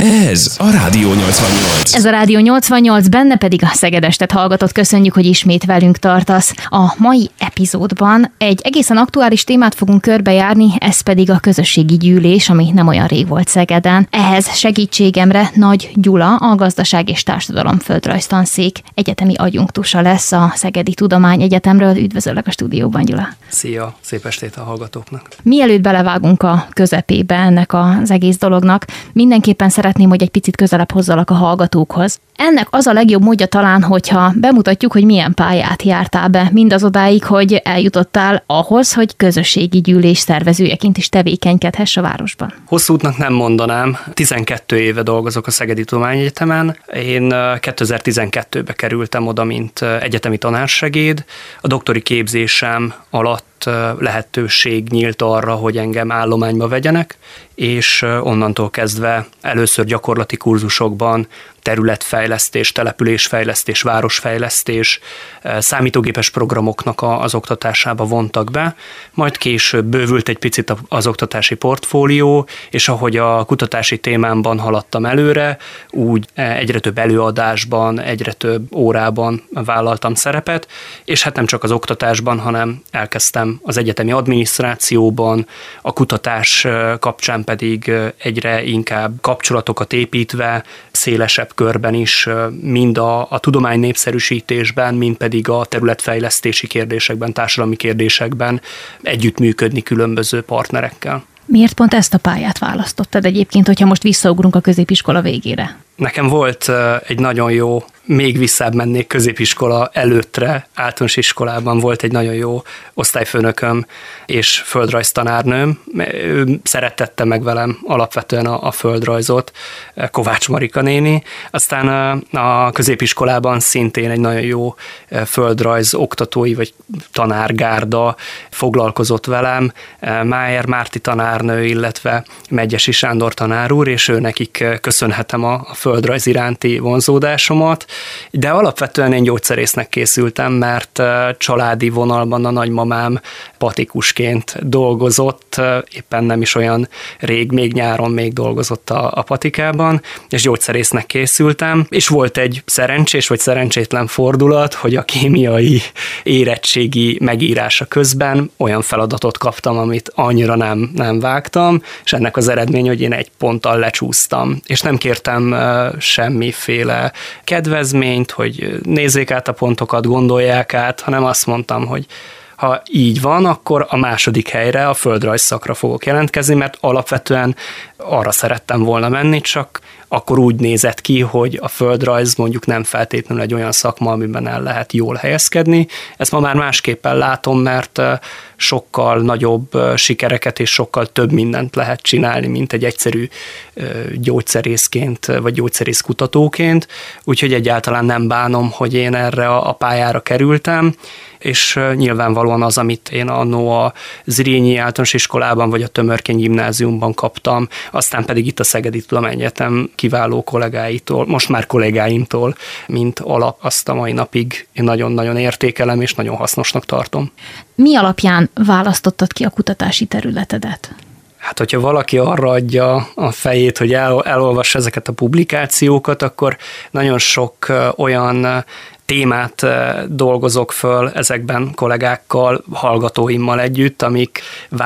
Ez a Rádió 88. Ez a Rádió 88, benne pedig a Szegedestet hallgatott. Köszönjük, hogy ismét velünk tartasz. A mai epizódban egy egészen aktuális témát fogunk körbejárni, ez pedig a közösségi gyűlés, ami nem olyan rég volt Szegeden. Ehhez segítségemre Nagy Gyula, a Gazdaság és Társadalom Földrajztanszék egyetemi adjunktusa lesz a Szegedi Tudományegyetemről. Üdvözöllek a stúdióban, Gyula. Szia, szép estét a hallgatóknak. Mielőtt belevágunk a közepébe ennek az egész dolognak, mindenképpen szeretném, hogy egy picit közelebb hozzalak a hallgatókhoz. Ennek az a legjobb módja talán, hogyha bemutatjuk, hogy milyen pályát jártál be mindazodáig, hogy eljutottál ahhoz, hogy közösségi gyűlés szervezőjeként is tevékenykedhess a városban. Hosszú útnak nem mondanám, 12 éve dolgozok a Szegedi Tudományegyetemen. Én 2012-be kerültem oda, mint egyetemi tanársegéd. A doktori képzésem alatt lehetőség nyílt arra, hogy engem állományba vegyenek, és onnantól kezdve először gyakorlati kurzusokban területfejlesztés, településfejlesztés, városfejlesztés, számítógépes programoknak az oktatásába vontak be, majd később bővült egy picit az oktatási portfólió, és ahogy a kutatási témámban haladtam előre, úgy egyre több előadásban, egyre több órában vállaltam szerepet, és hát nem csak az oktatásban, hanem elkezdtem az egyetemi adminisztrációban, a kutatás kapcsán pedig egyre inkább kapcsolatokat építve, szélesebb körben is, mind a tudomány népszerűsítésben, mind pedig a területfejlesztési kérdésekben, társadalmi kérdésekben együttműködni különböző partnerekkel. Miért pont ezt a pályát választottad egyébként, hogyha most visszaugrunk a középiskola végére? Nekem volt egy nagyon jó, még visszább mennék középiskola előttre, általános iskolában volt egy nagyon jó osztályfőnököm és földrajztanárnőm. Ő szerettette meg velem alapvetően a földrajzot, Kovács Marika néni. Aztán a középiskolában szintén egy nagyon jó földrajz oktatói vagy tanárgárda foglalkozott velem, Májer Márti tanárnő, illetve Megyesi Sándor tanár úr, és ő nekik köszönhetem a földrajz iránti vonzódásomat, de alapvetően én gyógyszerésznek készültem, mert családi vonalban a nagymamám patikusként dolgozott, éppen nem is olyan rég, még nyáron még dolgozott a patikában, és gyógyszerésznek készültem, és volt egy szerencsés vagy szerencsétlen fordulat, hogy a kémiai érettségi megírása közben olyan feladatot kaptam, amit annyira nem vágtam, és ennek az eredmény, hogy én egy ponttal lecsúsztam, és nem kértem semmiféle kedvezményt, hogy nézzék át a pontokat, gondolják át, hanem azt mondtam, hogy ha így van, akkor a második helyre, a földrajz szakra fogok jelentkezni, mert alapvetően arra szerettem volna menni, csak akkor úgy nézett ki, hogy a földrajz mondjuk nem feltétlenül egy olyan szakma, amiben el lehet jól helyezkedni. Ezt ma már másképpen látom, mert sokkal nagyobb sikereket és sokkal több mindent lehet csinálni, mint egy egyszerű gyógyszerészként vagy gyógyszerészkutatóként. Úgyhogy egyáltalán nem bánom, hogy én erre a pályára kerültem, és nyilvánvalóan az, amit én annó a Zrínyi általános iskolában vagy a Tömörkény gimnáziumban kaptam, aztán pedig itt a Szegedi Tudományegyetem kiváló kollégáitól, most már kollégáimtól, mint alap, azt a mai napig én nagyon-nagyon értékelem és nagyon hasznosnak tartom. Mi alapján választottad ki a kutatási területedet? Hát, hogyha valaki arra adja a fejét, hogy elolvassa ezeket a publikációkat, akkor nagyon sok olyan témát dolgozok föl ezekben kollégákkal, hallgatóimmal együtt, amik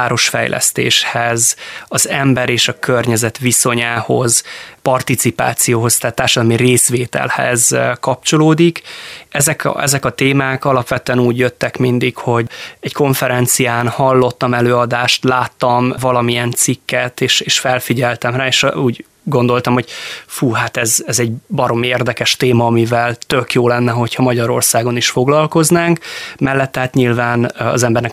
városfejlesztéshez, az ember és a környezet viszonyához, participációhoz, tehát társadalmi részvételhez kapcsolódik. Ezek a témák alapvetően úgy jöttek mindig, hogy egy konferencián hallottam előadást, láttam valamilyen cikket, és felfigyeltem rá, és úgy gondoltam, hogy hát ez egy baromi érdekes téma, amivel tök jó lenne, hogyha Magyarországon is foglalkoznánk. Mellett tehát nyilván az embernek a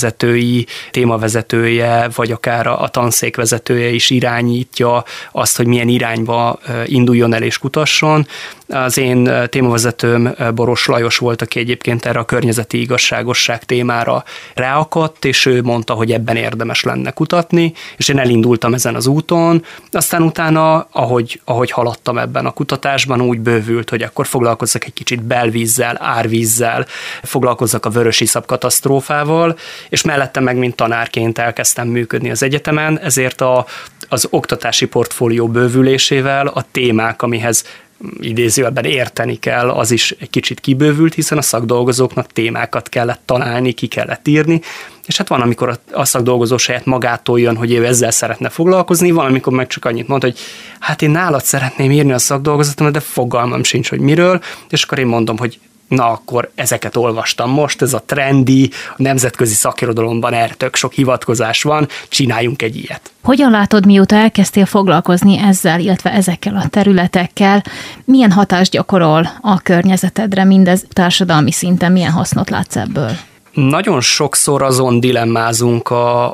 témavezetője, vagy akár a tanszék vezetője is irányítja azt, hogy milyen irányba induljon el és kutasson, Az én témavezetőm Boros Lajos volt, aki egyébként erre a környezeti igazságosság témára ráakadt, és ő mondta, hogy ebben érdemes lenne kutatni, és én elindultam ezen az úton. Aztán utána, ahogy haladtam ebben a kutatásban, úgy bővült, hogy akkor foglalkozzak egy kicsit belvízzel, árvízzel, foglalkozzak a vörösiszap katasztrófával, és mellette meg, mint tanárként elkezdtem működni az egyetemen, ezért az oktatási portfólió bővülésével a témák, amihez idézőjelben érteni kell, az is egy kicsit kibővült, hiszen a szakdolgozóknak témákat kellett találni, ki kellett írni, és hát van, amikor a szakdolgozó saját magától jön, hogy ő ezzel szeretne foglalkozni, van, amikor meg csak annyit mond, hogy hát én nálad szeretném írni a szakdolgozatomat, de fogalmam sincs, hogy miről, és akkor én mondom, hogy na, akkor ezeket olvastam most, ez a trendi, a nemzetközi szakirodalomban erre tök sok hivatkozás van, csináljunk egy ilyet. Hogyan látod, mióta elkezdtél foglalkozni ezzel, illetve ezekkel a területekkel, milyen hatást gyakorol a környezetedre, mindez társadalmi szinten, milyen hasznot látsz ebből? Nagyon sokszor azon dilemmázunk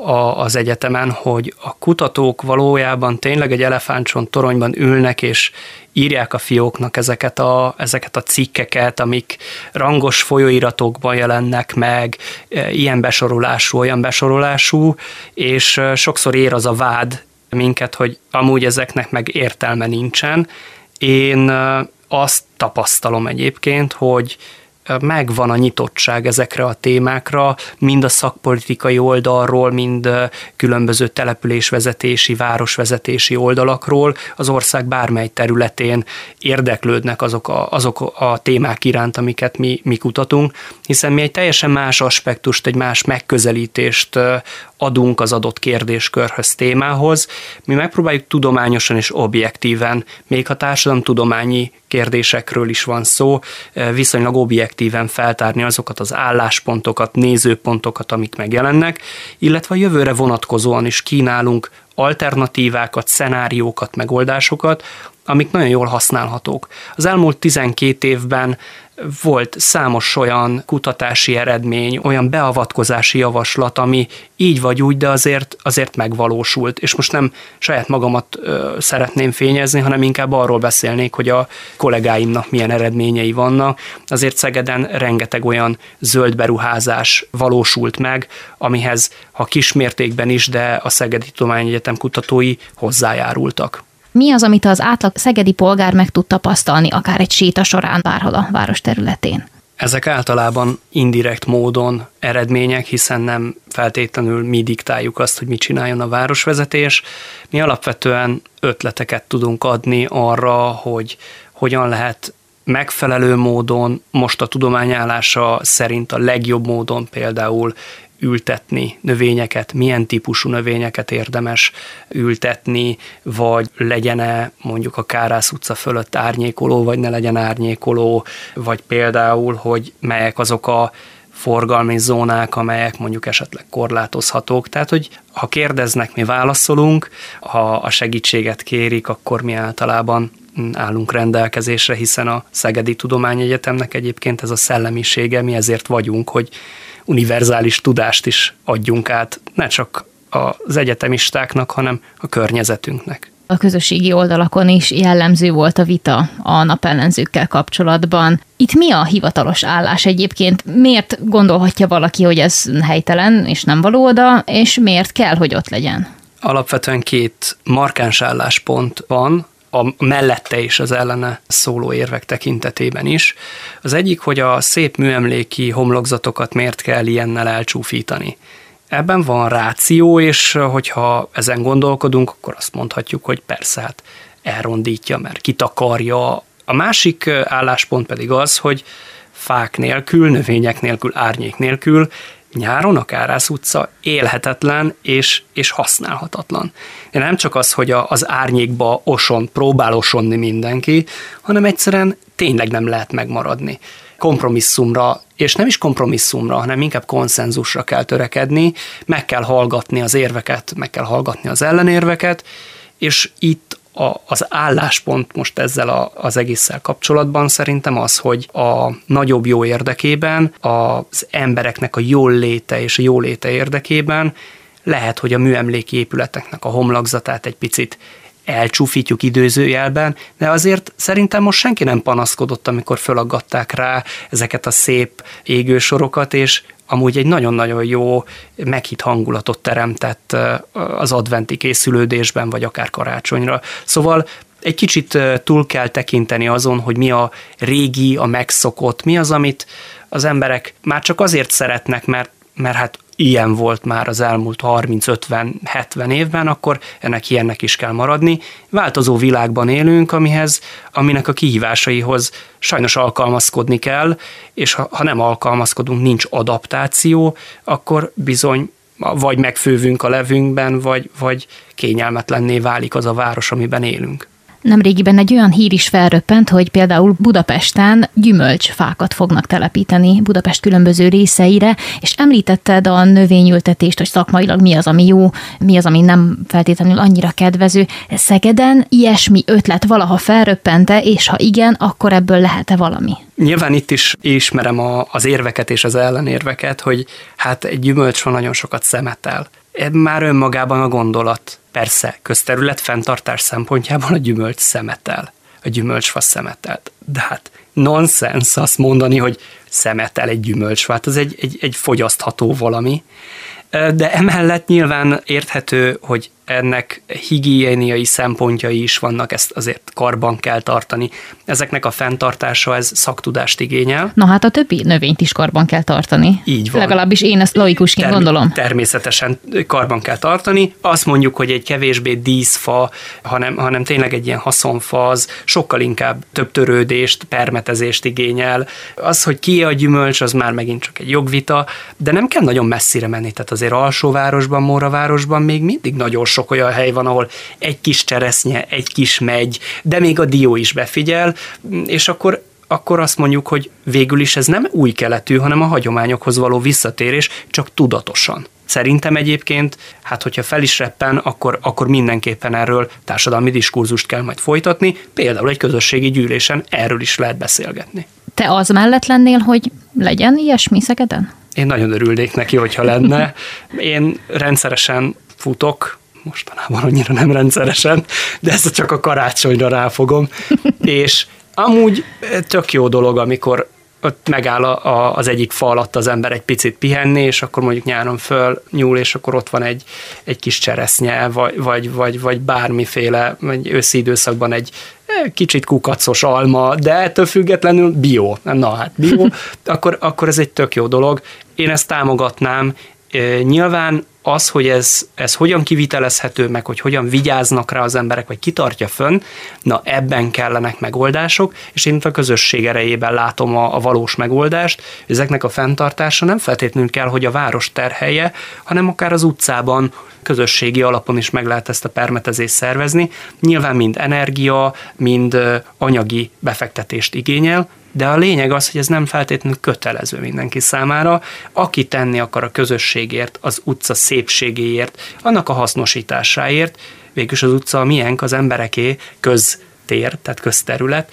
az egyetemen, hogy a kutatók valójában tényleg egy elefántcsont toronyban ülnek, és írják a fióknak ezeket a cikkeket, amik rangos folyóiratokban jelennek meg, ilyen besorolású, olyan besorolású, és sokszor ér az a vád minket, hogy amúgy ezeknek meg értelme nincsen. Én azt tapasztalom egyébként, hogy megvan a nyitottság ezekre a témákra, mind a szakpolitikai oldalról, mind különböző településvezetési, városvezetési oldalakról. Az ország bármely területén érdeklődnek azok a témák iránt, amiket mi kutatunk, hiszen mi egy teljesen más aspektust, egy más megközelítést adunk az adott kérdéskörhöz, témához. Mi megpróbáljuk tudományosan és objektíven, még ha társadalomtudományi kérdésekről is van szó, viszonylag objektíven feltárni azokat az álláspontokat, nézőpontokat, amik megjelennek, illetve a jövőre vonatkozóan is kínálunk alternatívákat, szenáriókat, megoldásokat, amik nagyon jól használhatók. Az elmúlt 12 évben volt számos olyan kutatási eredmény, olyan beavatkozási javaslat, ami így vagy úgy, de azért megvalósult. És most nem saját magamat szeretném fényezni, hanem inkább arról beszélnék, hogy a kollégáimnak milyen eredményei vannak. Azért Szegeden rengeteg olyan zöld beruházás valósult meg, amihez, ha kismértékben is, de a Szegedi Tudományegyetem kutatói hozzájárultak. Mi az, amit az átlag szegedi polgár meg tud tapasztalni, akár egy séta során bárhol a város területén? Ezek általában indirekt módon eredmények, hiszen nem feltétlenül mi diktáljuk azt, hogy mit csináljon a városvezetés. Mi alapvetően ötleteket tudunk adni arra, hogy hogyan lehet megfelelő módon, most a tudományállása szerint a legjobb módon például ültetni növényeket, milyen típusú növényeket érdemes ültetni, vagy legyen-e mondjuk a Kárász utca fölött árnyékoló, vagy ne legyen árnyékoló, vagy például, hogy melyek azok a forgalmi zónák, amelyek mondjuk esetleg korlátozhatók. Tehát, hogy ha kérdeznek, mi válaszolunk, ha a segítséget kérik, akkor mi általában állunk rendelkezésre, hiszen a Szegedi Tudományegyetemnek egyébként ez a szellemisége, mi ezért vagyunk, hogy univerzális tudást is adjunk át, ne csak az egyetemistáknak, hanem a környezetünknek. A közösségi oldalakon is jellemző volt a vita a napellenzőkkel kapcsolatban. Itt mi a hivatalos állás egyébként? Miért gondolhatja valaki, hogy ez helytelen és nem való oda, és miért kell, hogy ott legyen? Alapvetően két markáns álláspont van, a mellette és az ellene szóló érvek tekintetében is. Az egyik, hogy a szép műemléki homlokzatokat miért kell ilyennel elcsúfítani. Ebben van ráció, és hogyha ezen gondolkodunk, akkor azt mondhatjuk, hogy persze, hát elrondítja, mert kitakarja. A másik álláspont pedig az, hogy fák nélkül, növények nélkül, árnyék nélkül nyáron a Kárász utca élhetetlen és használhatatlan. De nem csak az, hogy az árnyékba próbál osonni mindenki, hanem egyszerűen tényleg nem lehet megmaradni. Kompromisszumra, és nem is kompromisszumra, hanem inkább konszenzusra kell törekedni, meg kell hallgatni az érveket, meg kell hallgatni az ellenérveket, és itt az álláspont most ezzel az egésszel kapcsolatban szerintem az, hogy a nagyobb jó érdekében, az embereknek a jól léte és a jóléte érdekében lehet, hogy a műemléki épületeknek a homlokzatát egy picit elcsúfítjuk idézőjelben, de azért szerintem most senki nem panaszkodott, amikor fölaggatták rá ezeket a szép égősorokat, és amúgy egy nagyon-nagyon jó meghitt hangulatot teremtett az adventi készülődésben, vagy akár karácsonyra. Szóval egy kicsit túl kell tekinteni azon, hogy mi a régi, a megszokott, mi az, amit az emberek már csak azért szeretnek, mert hát ilyen volt már az elmúlt 30-50-70 évben, akkor ennek ilyennek is kell maradni. Változó világban élünk, aminek a kihívásaihoz sajnos alkalmazkodni kell, és ha nem alkalmazkodunk, nincs adaptáció, akkor bizony vagy megfővünk a levünkben, vagy kényelmetlenné válik az a város, amiben élünk. Nemrégiben egy olyan hír is felröppent, hogy például Budapesten gyümölcsfákat fognak telepíteni Budapest különböző részeire, és említetted a növényültetést, hogy szakmailag mi az, ami jó, mi az, ami nem feltétlenül annyira kedvező. Szegeden ilyesmi ötlet valaha felröppente, és ha igen, akkor ebből lehet-e valami? Nyilván itt is ismerem az érveket és az ellenérveket, hogy hát egy gyümölcsfa nagyon sokat szemetel. Már önmagában a gondolat. Persze, közterület fenntartás szempontjából a gyümölcs szemetel, a gyümölcsfa szemetelt. De hát nonsens azt mondani, hogy szemetel egy gyümölcsfa, hát az egy fogyasztható valami. De emellett nyilván érthető, hogy ennek higiéniai szempontjai is vannak, ezt azért karban kell tartani. Ezeknek a fenntartása, ez szaktudást igényel. Na hát a többi növényt is karban kell tartani. Így van. Legalábbis én ezt laikusként gondolom. Természetesen karban kell tartani. Azt mondjuk, hogy egy kevésbé díszfa, hanem tényleg egy ilyen haszonfa, az sokkal inkább több törődést, permetezést igényel. Az, hogy ki a gyümölcs, az már megint csak egy jogvita, de nem kell nagyon messzire menni. Tehát azért Alsóvárosban, Móravárosban még mindig nagyon sok olyan hely van, ahol egy kis cseresznye, egy kis megy, de még a dió is befigyel, és akkor azt mondjuk, hogy végül is ez nem új keletű, hanem a hagyományokhoz való visszatérés, csak tudatosan. Szerintem egyébként, hát hogyha fel is reppen, akkor mindenképpen erről társadalmi diskurzust kell majd folytatni, például egy közösségi gyűlésen erről is lehet beszélgetni. Te az mellett lennél, hogy legyen ilyesmi Szegeden? Én nagyon örülnék neki, hogyha lenne. Én rendszeresen futok, mostanában annyira nem rendszeresen, de ezt csak a karácsonyra ráfogom, és amúgy tök jó dolog, amikor ott megáll az egyik fa alatt az ember egy picit pihenni, és akkor mondjuk nyáron fölnyúl, és akkor ott van egy kis cseresznye, vagy bármiféle, vagy őszi időszakban egy kicsit kukacos alma, de ettől függetlenül bio. Na hát bio, akkor ez egy tök jó dolog. Én ezt támogatnám. Nyilván az, hogy ez hogyan kivitelezhető, meg hogy hogyan vigyáznak rá az emberek, vagy kitartja fönn, na ebben kellenek megoldások, és én itt a közösség erejében látom a valós megoldást. Ezeknek a fenntartása nem feltétlenül kell, hogy a város terhelje, hanem akár az utcában, közösségi alapon is meg lehet ezt a permetezést szervezni. Nyilván mind energia, mind anyagi befektetést igényel, de a lényeg az, hogy ez nem feltétlenül kötelező mindenki számára. Aki tenni akar a közösségért, az utca szépségéért, annak a hasznosításáért, végülis az utca a miénk, az embereké, köztér, tehát közterület,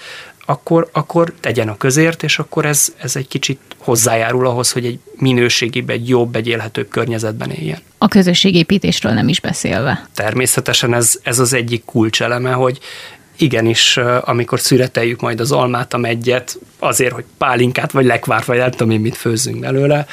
akkor tegyen a közért, és akkor ez egy kicsit hozzájárul ahhoz, hogy egy minőségibb, egy jobb, egy élhetőbb környezetben éljen. A közösségépítésről nem is beszélve. Természetesen ez az egyik kulcseleme, hogy igenis, amikor szüreteljük majd az almát, a meggyet, azért, hogy pálinkát, vagy lekvárt, vagy nem tudom én mit főzzünk belőle,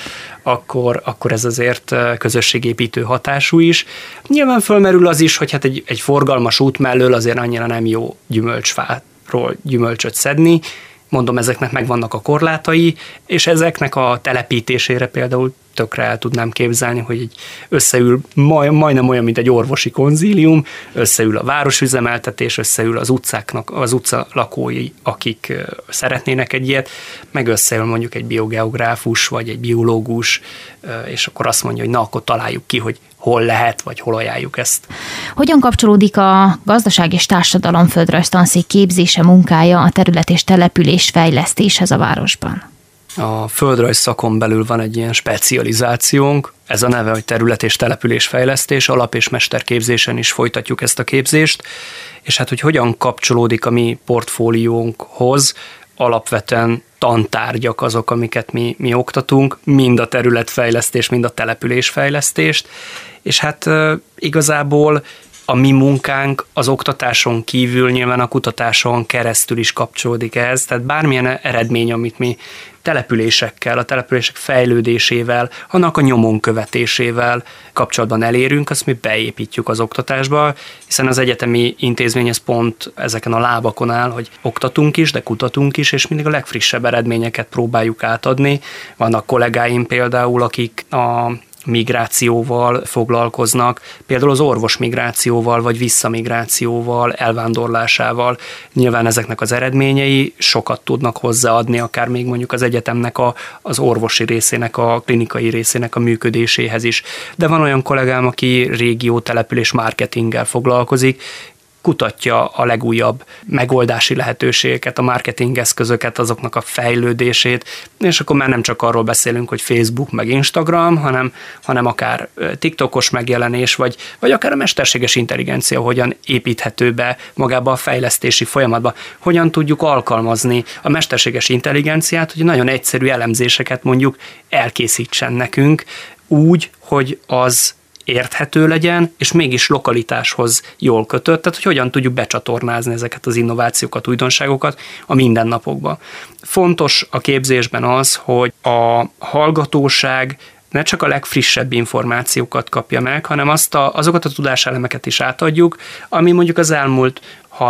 akkor ez azért közösségépítő hatású is. Nyilván fölmerül az is, hogy hát egy forgalmas út mellől azért annyira nem jó gyümölcsfáról gyümölcsöt szedni. Mondom, ezeknek megvannak a korlátai, és ezeknek a telepítésére például tökre el tudnám képzelni, hogy összeül majdnem olyan, mint egy orvosi konzílium, összeül a városüzemeltetés, összeül az utca lakói, akik szeretnének egy ilyet, meg összeül mondjuk egy biogeográfus, vagy egy biológus, és akkor azt mondja, hogy na, akkor találjuk ki, hogy hol lehet, vagy hol ajánljuk ezt. Hogyan kapcsolódik a gazdaság és társadalomföldrajz tanszék képzése, munkája a terület és település fejlesztéshez a városban? A földrajz szakon belül van egy ilyen specializációnk, ez a neve, hogy terület és településfejlesztés, alap- és mesterképzésen is folytatjuk ezt a képzést, és hát, hogy hogyan kapcsolódik a mi portfóliónkhoz, alapvetően tantárgyak azok, amiket mi oktatunk, mind a területfejlesztés, mind a településfejlesztést, és hát igazából a mi munkánk az oktatáson kívül nyilván a kutatáson keresztül is kapcsolódik ehhez, tehát bármilyen eredmény, amit mi településekkel, a települések fejlődésével, annak a nyomon követésével kapcsolatban elérünk, azt mi beépítjük az oktatásba, hiszen az egyetemi intézmény ez pont ezeken a lábakon áll, hogy oktatunk is, de kutatunk is, és mindig a legfrissebb eredményeket próbáljuk átadni. Vannak kollégáim például, akik a migrációval foglalkoznak, például az orvosmigrációval, vagy visszamigrációval, elvándorlásával. Nyilván ezeknek az eredményei sokat tudnak hozzáadni, akár még mondjuk az egyetemnek az orvosi részének, a klinikai részének a működéséhez is. De van olyan kollégám, aki régió település marketinggel foglalkozik, kutatja a legújabb megoldási lehetőségeket, a marketing eszközöket, azoknak a fejlődését, és akkor már nem csak arról beszélünk, hogy Facebook meg Instagram, hanem akár TikTokos megjelenés, vagy akár a mesterséges intelligencia hogyan építhető be magába a fejlesztési folyamatba. Hogyan tudjuk alkalmazni a mesterséges intelligenciát, hogy nagyon egyszerű elemzéseket mondjuk elkészítsen nekünk úgy, hogy az érthető legyen, és mégis lokalitáshoz jól kötött, tehát hogy hogyan tudjuk becsatornázni ezeket az innovációkat, újdonságokat a mindennapokba. Fontos a képzésben az, hogy a hallgatóság ne csak a legfrissebb információkat kapja meg, hanem azokat a tudáselemeket is átadjuk, ami mondjuk az elmúlt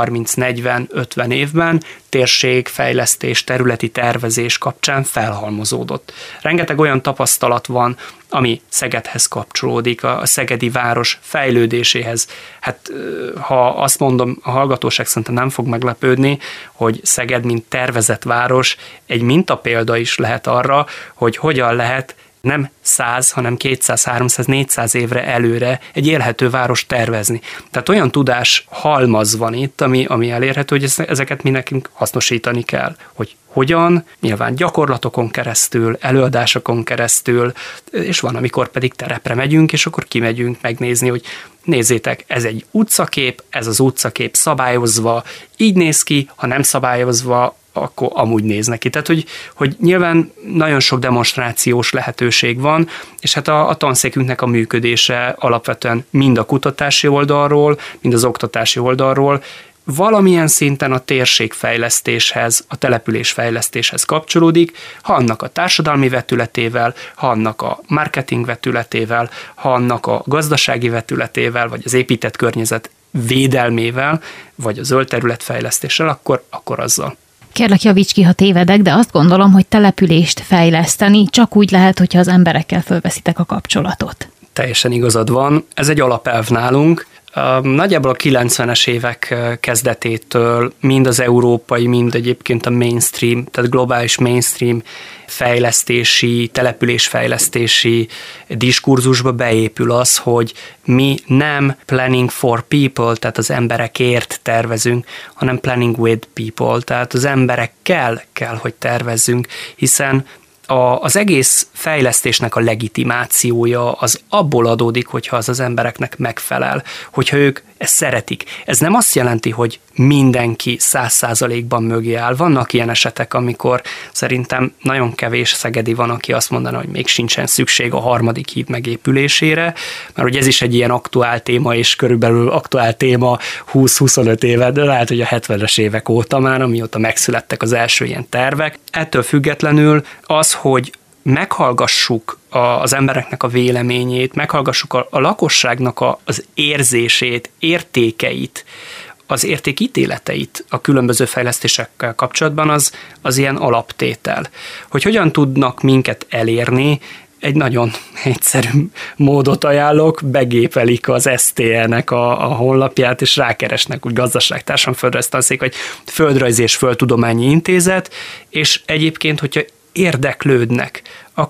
30-40-50 évben térségfejlesztés, területi tervezés kapcsán felhalmozódott. Rengeteg olyan tapasztalat van, ami Szegedhez kapcsolódik, a szegedi város fejlődéséhez. Hát ha azt mondom, a hallgatóság szerintem nem fog meglepődni, hogy Szeged, mint tervezett város, egy mintapélda is lehet arra, hogy hogyan lehet nem 100, hanem 200, 300, 400 évre előre egy élhető város tervezni. Tehát olyan tudás halmaz van itt, ami elérhető, hogy ezeket mi nekünk hasznosítani kell. Hogy hogyan, nyilván gyakorlatokon keresztül, előadásokon keresztül, és van, amikor pedig terepre megyünk, és akkor kimegyünk megnézni, hogy nézzétek, ez egy utcakép, ez az utcakép szabályozva, így néz ki, ha nem szabályozva, akkor amúgy néz neki. Tehát, hogy nyilván nagyon sok demonstrációs lehetőség van, és hát a tanszékünknek a működése alapvetően mind a kutatási oldalról, mind az oktatási oldalról valamilyen szinten a térségfejlesztéshez, a településfejlesztéshez kapcsolódik, ha annak a társadalmi vetületével, ha annak a marketing vetületével, ha annak a gazdasági vetületével, vagy az épített környezet védelmével, vagy a zöld területfejlesztéssel, akkor azzal. Kérlek, javíts ki, ha tévedek, de azt gondolom, hogy települést fejleszteni csak úgy lehet, hogyha az emberekkel fölveszitek a kapcsolatot. Teljesen igazad van. Ez egy alapelv nálunk. Nagyjából a 90-es évek kezdetétől mind az európai, mind egyébként a mainstream, tehát globális mainstream fejlesztési, településfejlesztési diskurzusba beépül az, hogy mi nem planning for people, tehát az emberekért tervezünk, hanem planning with people, tehát az emberekkel kell, hogy tervezzünk, hiszen az egész fejlesztésnek a legitimációja az abból adódik, hogyha az embereknek megfelel, hogyha ők ezt szeretik. Ez nem azt jelenti, hogy mindenki 100%-ban mögé áll. Vannak ilyen esetek, amikor szerintem nagyon kevés szegedi van, aki azt mondaná, hogy még sincsen szükség a harmadik híd megépülésére, mert hogy ez is egy ilyen aktuál téma, és körülbelül aktuál téma 20-25 éve, de lehet, hogy a 70-es évek óta már, amióta megszülettek az első ilyen tervek. Ettől függetlenül az, hogy meghallgassuk az embereknek a véleményét, meghallgassuk a lakosságnak az érzését, értékeit, az értékítéleteit a különböző fejlesztésekkel kapcsolatban, az ilyen alaptétel. Hogy hogyan tudnak minket elérni, egy nagyon egyszerű módot ajánlok, begépelik az STE-nek a honlapját, és rákeresnek úgy gazdaságtársadalmi földrajztanszék, vagy Földrajzi és Földtudományi Intézet, és egyébként, hogyha érdeklődnek,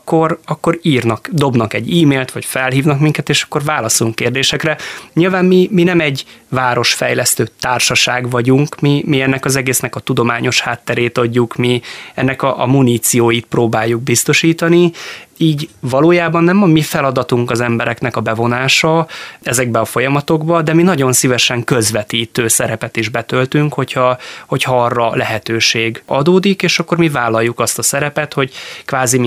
akkor írnak, dobnak egy e-mailt, vagy felhívnak minket, és akkor válaszolunk kérdésekre. Nyilván mi nem egy városfejlesztő társaság vagyunk, mi ennek az egésznek a tudományos hátterét adjuk, mi ennek a munícióit próbáljuk biztosítani, így valójában nem a mi feladatunk az embereknek a bevonása ezekbe a folyamatokba, de mi nagyon szívesen közvetítő szerepet is betöltünk, hogyha arra lehetőség adódik, és akkor mi vállaljuk azt a szerepet, hogy kvázi mint egy mediátor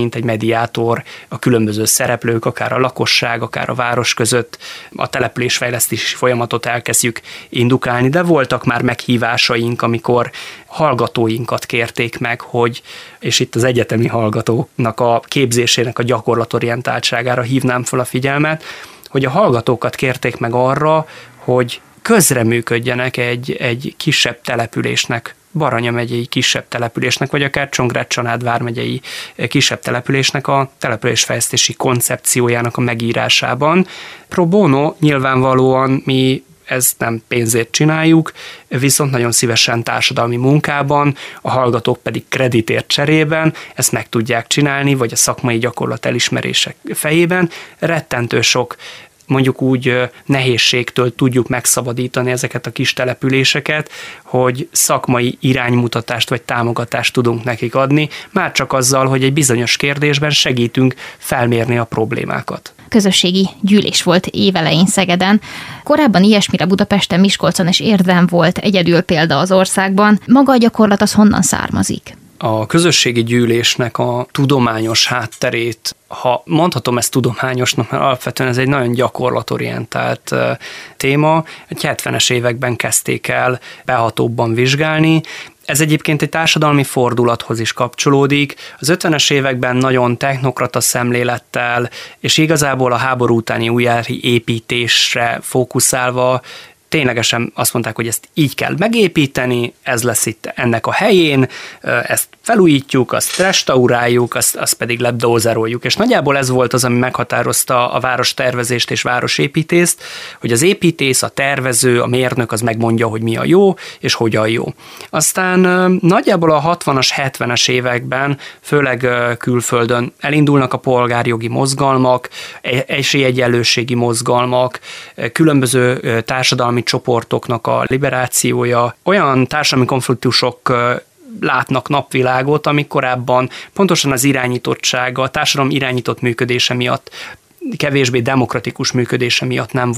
mediátor, a különböző szereplők, akár a lakosság, akár a város között a településfejlesztési folyamatot elkezdjük indukálni, de voltak már meghívásaink, amikor hallgatóinkat kérték meg, hogy, és itt az egyetemi hallgatóknak a képzésének a gyakorlatorientáltságára hívnám fel a figyelmet, hogy a hallgatókat kérték meg arra, hogy közreműködjenek egy kisebb településnek, Baranya megyei kisebb településnek, vagy akár Csongrád-Csanád vármegyei kisebb településnek a településfejlesztési koncepciójának a megírásában. Pro bono nyilvánvalóan mi ezt nem pénzért csináljuk, viszont nagyon szívesen társadalmi munkában, a hallgatók pedig kreditért cserében ezt meg tudják csinálni, vagy a szakmai gyakorlat elismerések fejében. Rettentő sok mondjuk úgy nehézségtől tudjuk megszabadítani ezeket a kis településeket, hogy szakmai iránymutatást vagy támogatást tudunk nekik adni, már csak azzal, hogy egy bizonyos kérdésben segítünk felmérni a problémákat. Közösségi gyűlés volt évelején Szegeden. Korábban ilyesmire Budapesten, Miskolcon és Érden volt egyedül példa az országban. Maga a gyakorlat az honnan származik? A közösségi gyűlésnek a tudományos hátterét, ha mondhatom ezt tudományosnak, mert alapvetően ez egy nagyon gyakorlatorientált téma, 70-es években kezdték el behatóbban vizsgálni. Ez egyébként egy társadalmi fordulathoz is kapcsolódik. Az 50-es években nagyon technokrata szemlélettel, és igazából a háború utáni újjári építésre fókuszálva ténylegesen azt mondták, hogy ezt így kell megépíteni, ez lesz itt ennek a helyén, ezt felújítjuk, azt restauráljuk, azt pedig ledózeroljuk. És nagyjából ez volt az, ami meghatározta a várostervezést és városépítést, hogy az építész, a tervező, a mérnök az megmondja, hogy mi a jó, és hogyan jó. Aztán nagyjából a 60-as, 70-es években, főleg külföldön elindulnak a polgárjogi mozgalmak, esélyegyenlőségi mozgalmak, különböző társadalmi csoportoknak a liberációja, olyan társadalmi konfliktusok látnak napvilágot, amik korábban pontosan az irányítottsága, a társadalom irányított működése miatt, kevésbé demokratikus működése miatt nem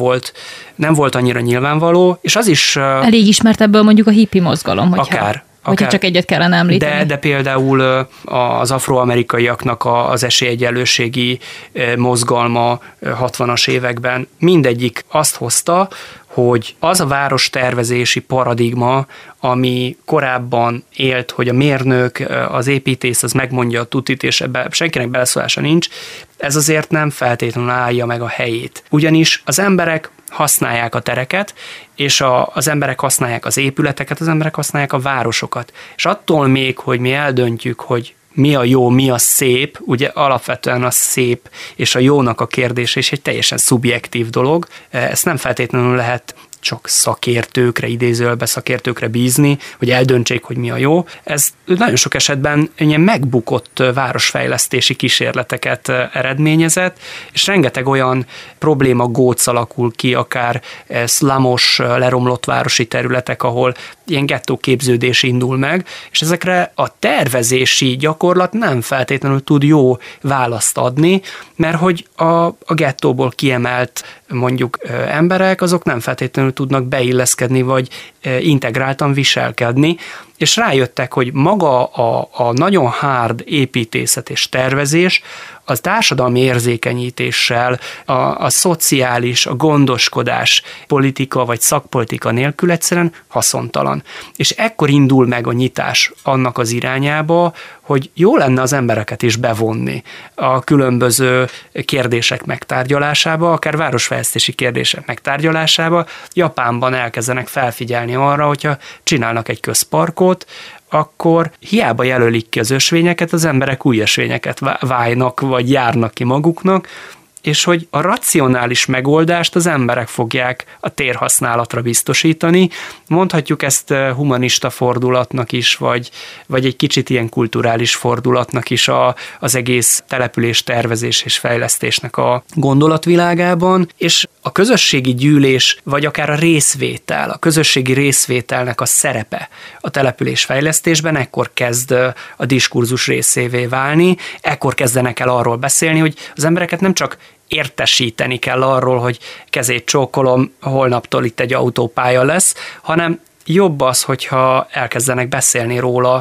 volt annyira nyilvánvaló, és az is... Elég ismert ebből mondjuk a hippi mozgalom, hogyha csak egyet kellene említeni. De például az afroamerikaiaknak az esélyegyenlőségi mozgalma 60-as években mindegyik azt hozta, hogy az a várostervezési paradigma, ami korábban élt, hogy a mérnök, az építész, az megmondja a tutit, és ebben senkinek beleszólása nincs, ez azért nem feltétlenül állja meg a helyét. Ugyanis az emberek használják a tereket, és az emberek használják az épületeket, az emberek használják a városokat. És attól még, hogy mi eldöntjük, hogy mi a jó, mi a szép, ugye alapvetően a szép és a jónak a kérdése is egy teljesen szubjektív dolog. Ezt nem feltétlenül lehet csak szakértőkre, idézőjelbe szakértőkre bízni, hogy eldöntsék, hogy mi a jó. Ez nagyon sok esetben ilyen megbukott városfejlesztési kísérleteket eredményezett, és rengeteg olyan probléma góc alakul ki, akár szlamos, leromlott városi területek, ahol ilyen gettóképződés indul meg, és ezekre a tervezési gyakorlat nem feltétlenül tud jó választ adni, mert hogy a gettóból kiemelt mondjuk emberek, azok nem feltétlenül tudnak beilleszkedni, vagy integráltan viselkedni, és rájöttek, hogy maga a nagyon hard építészet és tervezés az társadalmi érzékenyítéssel, a szociális, a gondoskodás politika vagy szakpolitika nélkül egyszerűen haszontalan. És ekkor indul meg a nyitás annak az irányába, hogy jó lenne az embereket is bevonni a különböző kérdések megtárgyalásába, akár városfejlesztési kérdések megtárgyalásába. Japánban elkezdenek felfigyelni arra, hogyha csinálnak egy közparkot, akkor hiába jelölik ki az ösvényeket, az emberek új ösvényeket vájnak, vagy járnak ki maguknak, és hogy a racionális megoldást az emberek fogják a térhasználatra biztosítani. Mondhatjuk ezt humanista fordulatnak is, vagy egy kicsit ilyen kulturális fordulatnak is az egész település tervezés és fejlesztésnek a gondolatvilágában, és a közösségi gyűlés, vagy akár a részvétel, a közösségi részvételnek a szerepe a település fejlesztésben ekkor kezd a diskurzus részévé válni, ekkor kezdenek el arról beszélni, hogy az embereket nem csak értesíteni kell arról, hogy kezét csókolom, holnaptól itt egy autópálya lesz, hanem jobb az, hogyha elkezdenek beszélni róla,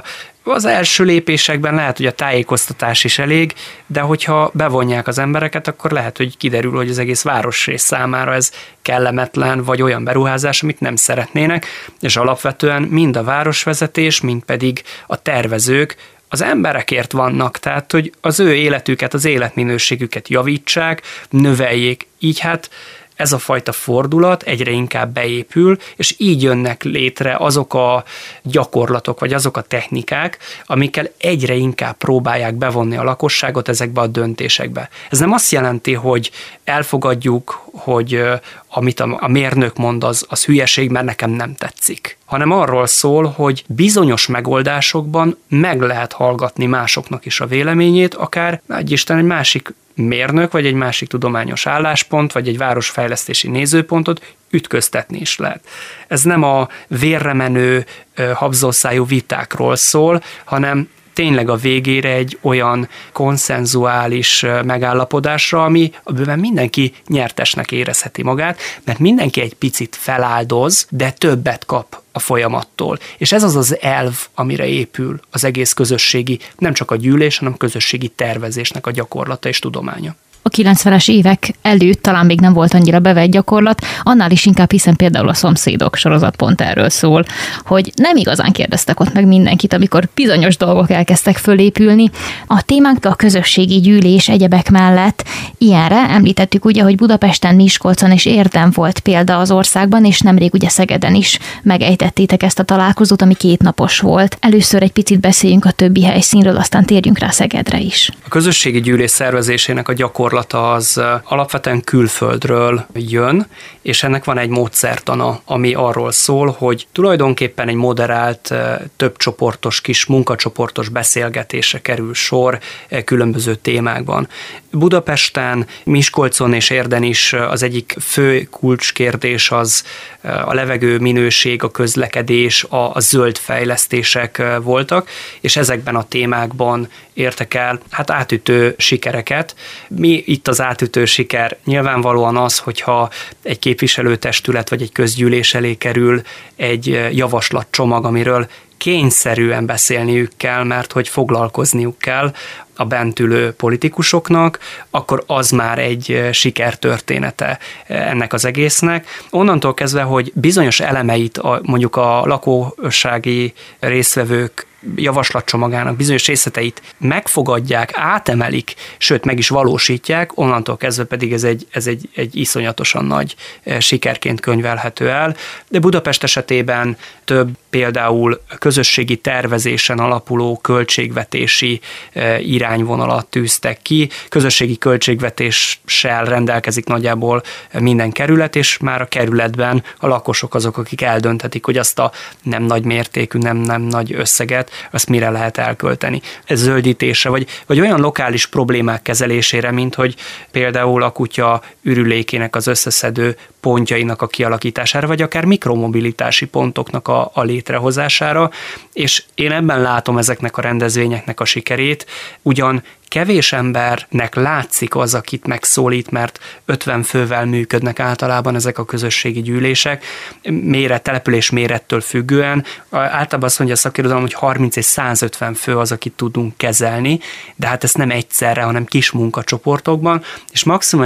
az első lépésekben lehet, hogy a tájékoztatás is elég, de hogyha bevonják az embereket, akkor lehet, hogy kiderül, hogy az egész városrész számára ez kellemetlen, vagy olyan beruházás, amit nem szeretnének, és alapvetően mind a városvezetés, mind pedig a tervezők az emberekért vannak, tehát hogy az ő életüket, az életminőségüket javítsák, növeljék. Így hát ez a fajta fordulat egyre inkább beépül, és így jönnek létre azok a gyakorlatok, vagy azok a technikák, amikkel egyre inkább próbálják bevonni a lakosságot ezekbe a döntésekbe. Ez nem azt jelenti, hogy elfogadjuk, hogy amit a mérnök mond, az hülyeség, mert nekem nem tetszik, hanem arról szól, hogy bizonyos megoldásokban meg lehet hallgatni másoknak is a véleményét, akár Isten egy másik mérnök, vagy egy másik tudományos álláspont, vagy egy városfejlesztési nézőpontot ütköztetni is lehet. Ez nem a vérre menő, habzószájú vitákról szól, hanem tényleg a végére egy olyan konszenzuális megállapodásra, amiben mindenki nyertesnek érezheti magát, mert mindenki egy picit feláldoz, de többet kap a folyamattól. És ez az az elv, amire épül az egész közösségi, nem csak a gyűlés, hanem közösségi tervezésnek a gyakorlata és tudománya. A 90-es évek előtt talán még nem volt annyira bevett gyakorlat, annál is inkább, hiszen például a Szomszédok sorozat pont erről szól, hogy nem igazán kérdeztek ott meg mindenkit, amikor bizonyos dolgok elkezdtek fölépülni. A témánk a közösségi gyűlés egyebek mellett ilyenre említettük ugye, hogy Budapesten, Miskolcon és Érden volt példa az országban, és nemrég ugye Szegeden is megejtettétek ezt a találkozót, ami 2 napos volt. Először egy picit beszéljünk a többi helyszínről, aztán térjünk rá Szegedre is. A közösségi gyűlés szervezésének a gyakorlata az alapvetően külföldről jön, és ennek van egy módszertana, ami arról szól, hogy tulajdonképpen egy moderált, több csoportos, kis munkacsoportos beszélgetésre kerül sor különböző témákban. Budapesten, Miskolcon és Érden is az egyik fő kulcskérdés az a levegő minőség, a közlekedés, a zöld fejlesztések voltak, és ezekben a témákban értek el átütő sikereket. Mi itt az átütő siker? Nyilvánvalóan az, hogyha egy képviselőtestület vagy egy közgyűlés elé kerül egy javaslatcsomag, amiről kényszerűen beszélniük kell, mert hogy foglalkozniuk kell a bent ülő politikusoknak, akkor az már egy sikertörténete ennek az egésznek. Onnantól kezdve, hogy bizonyos elemeit mondjuk a lakossági résztvevők javaslatcsomagának bizonyos részleteit megfogadják, átemelik, sőt meg is valósítják, onnantól kezdve pedig ez egy iszonyatosan nagy sikerként könyvelhető el. De Budapest esetében több például közösségi tervezésen alapuló költségvetési irányvonalat tűztek ki. Közösségi költségvetéssel rendelkezik nagyjából minden kerület, és már a kerületben a lakosok azok, akik eldönthetik, hogy azt a nem nagy mértékű, nem nagy összeget, azt mire lehet elkölteni. Ez zöldítése, vagy olyan lokális problémák kezelésére, mint hogy például a kutya ürülékének az összeszedő pontjainak a kialakítására, vagy akár mikromobilitási pontoknak a létrehozására, és én ebben látom ezeknek a rendezvényeknek a sikerét, ugyan kevés embernek látszik az, akit megszólít, mert 50 fővel működnek általában ezek a közösségi gyűlések, település mérettől függően. Általában azt mondja a szakirodalom, hogy 30 és 150 fő az, akit tudunk kezelni, de hát ezt nem egyszerre, hanem kis munkacsoportokban, és maximum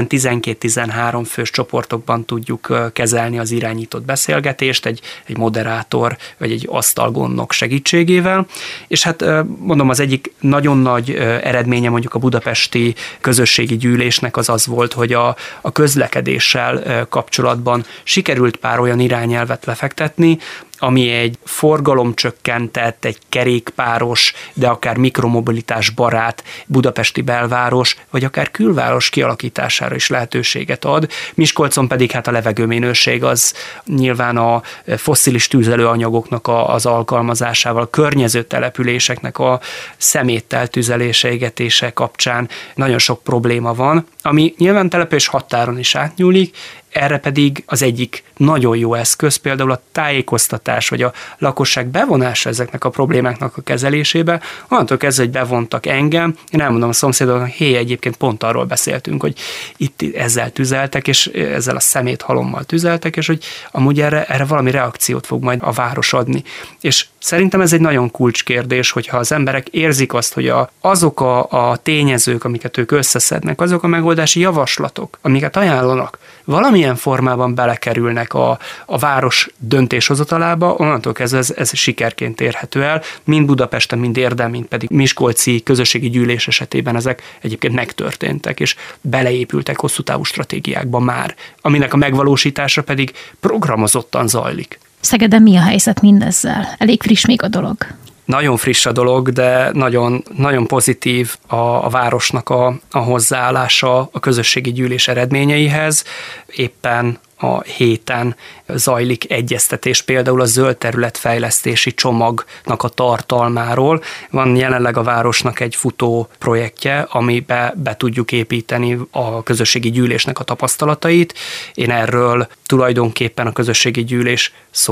12-13 fős csoportokban tudjuk kezelni az irányított beszélgetést, egy moderátor, vagy egy asztalgondnok segítségével, és hát mondom, az egyik nagyon nagy eredménye mondjuk a budapesti közösségi gyűlésnek az volt, hogy a közlekedéssel kapcsolatban sikerült pár olyan irányelvet lefektetni, ami egy forgalomcsökkentett, egy kerékpáros, de akár mikromobilitás barát budapesti belváros, vagy akár külváros kialakítására is lehetőséget ad. Miskolcon pedig a levegőminőség az nyilván a fosszilis tüzelőanyagoknak az alkalmazásával, környező településeknek a szeméttel tüzelése, égetése kapcsán nagyon sok probléma van, ami nyilván település határon is átnyúlik, erre pedig az egyik nagyon jó eszköz, például a tájékoztatás, vagy a lakosság bevonása ezeknek a problémáknak a kezelésébe. Onnantól kezdve, hogy bevontak engem, én elmondom a szomszédoknak, egyébként pont arról beszéltünk, hogy itt ezzel tüzeltek, és ezzel a szeméthalommal tüzeltek, és hogy amúgy erre valami reakciót fog majd a város adni. És Szerintem ez egy nagyon kulcskérdés, hogyha az emberek érzik azt, hogy azok a tényezők, amiket ők összeszednek, azok a megoldási javaslatok, amiket ajánlanak, valamilyen formában belekerülnek a város döntéshozatalába, onnantól kezdve ez sikerként érhető el, mind Budapesten, mind Érden, mind pedig miskolci közösségi gyűlés esetében ezek egyébként megtörténtek, és beleépültek hosszú távú stratégiákba már, aminek a megvalósítása pedig programozottan zajlik. Szegeden mi a helyzet mindezzel? Elég friss még a dolog. Nagyon friss a dolog, de nagyon, nagyon pozitív a városnak a hozzáállása a közösségi gyűlés eredményeihez. Éppen a héten zajlik egyeztetés például a zöld területfejlesztési csomagnak a tartalmáról. Van jelenleg a városnak egy futó projektje, amibe be tudjuk építeni a közösségi gyűlésnek a tapasztalatait. Én erről tulajdonképpen a közösségi gyűlés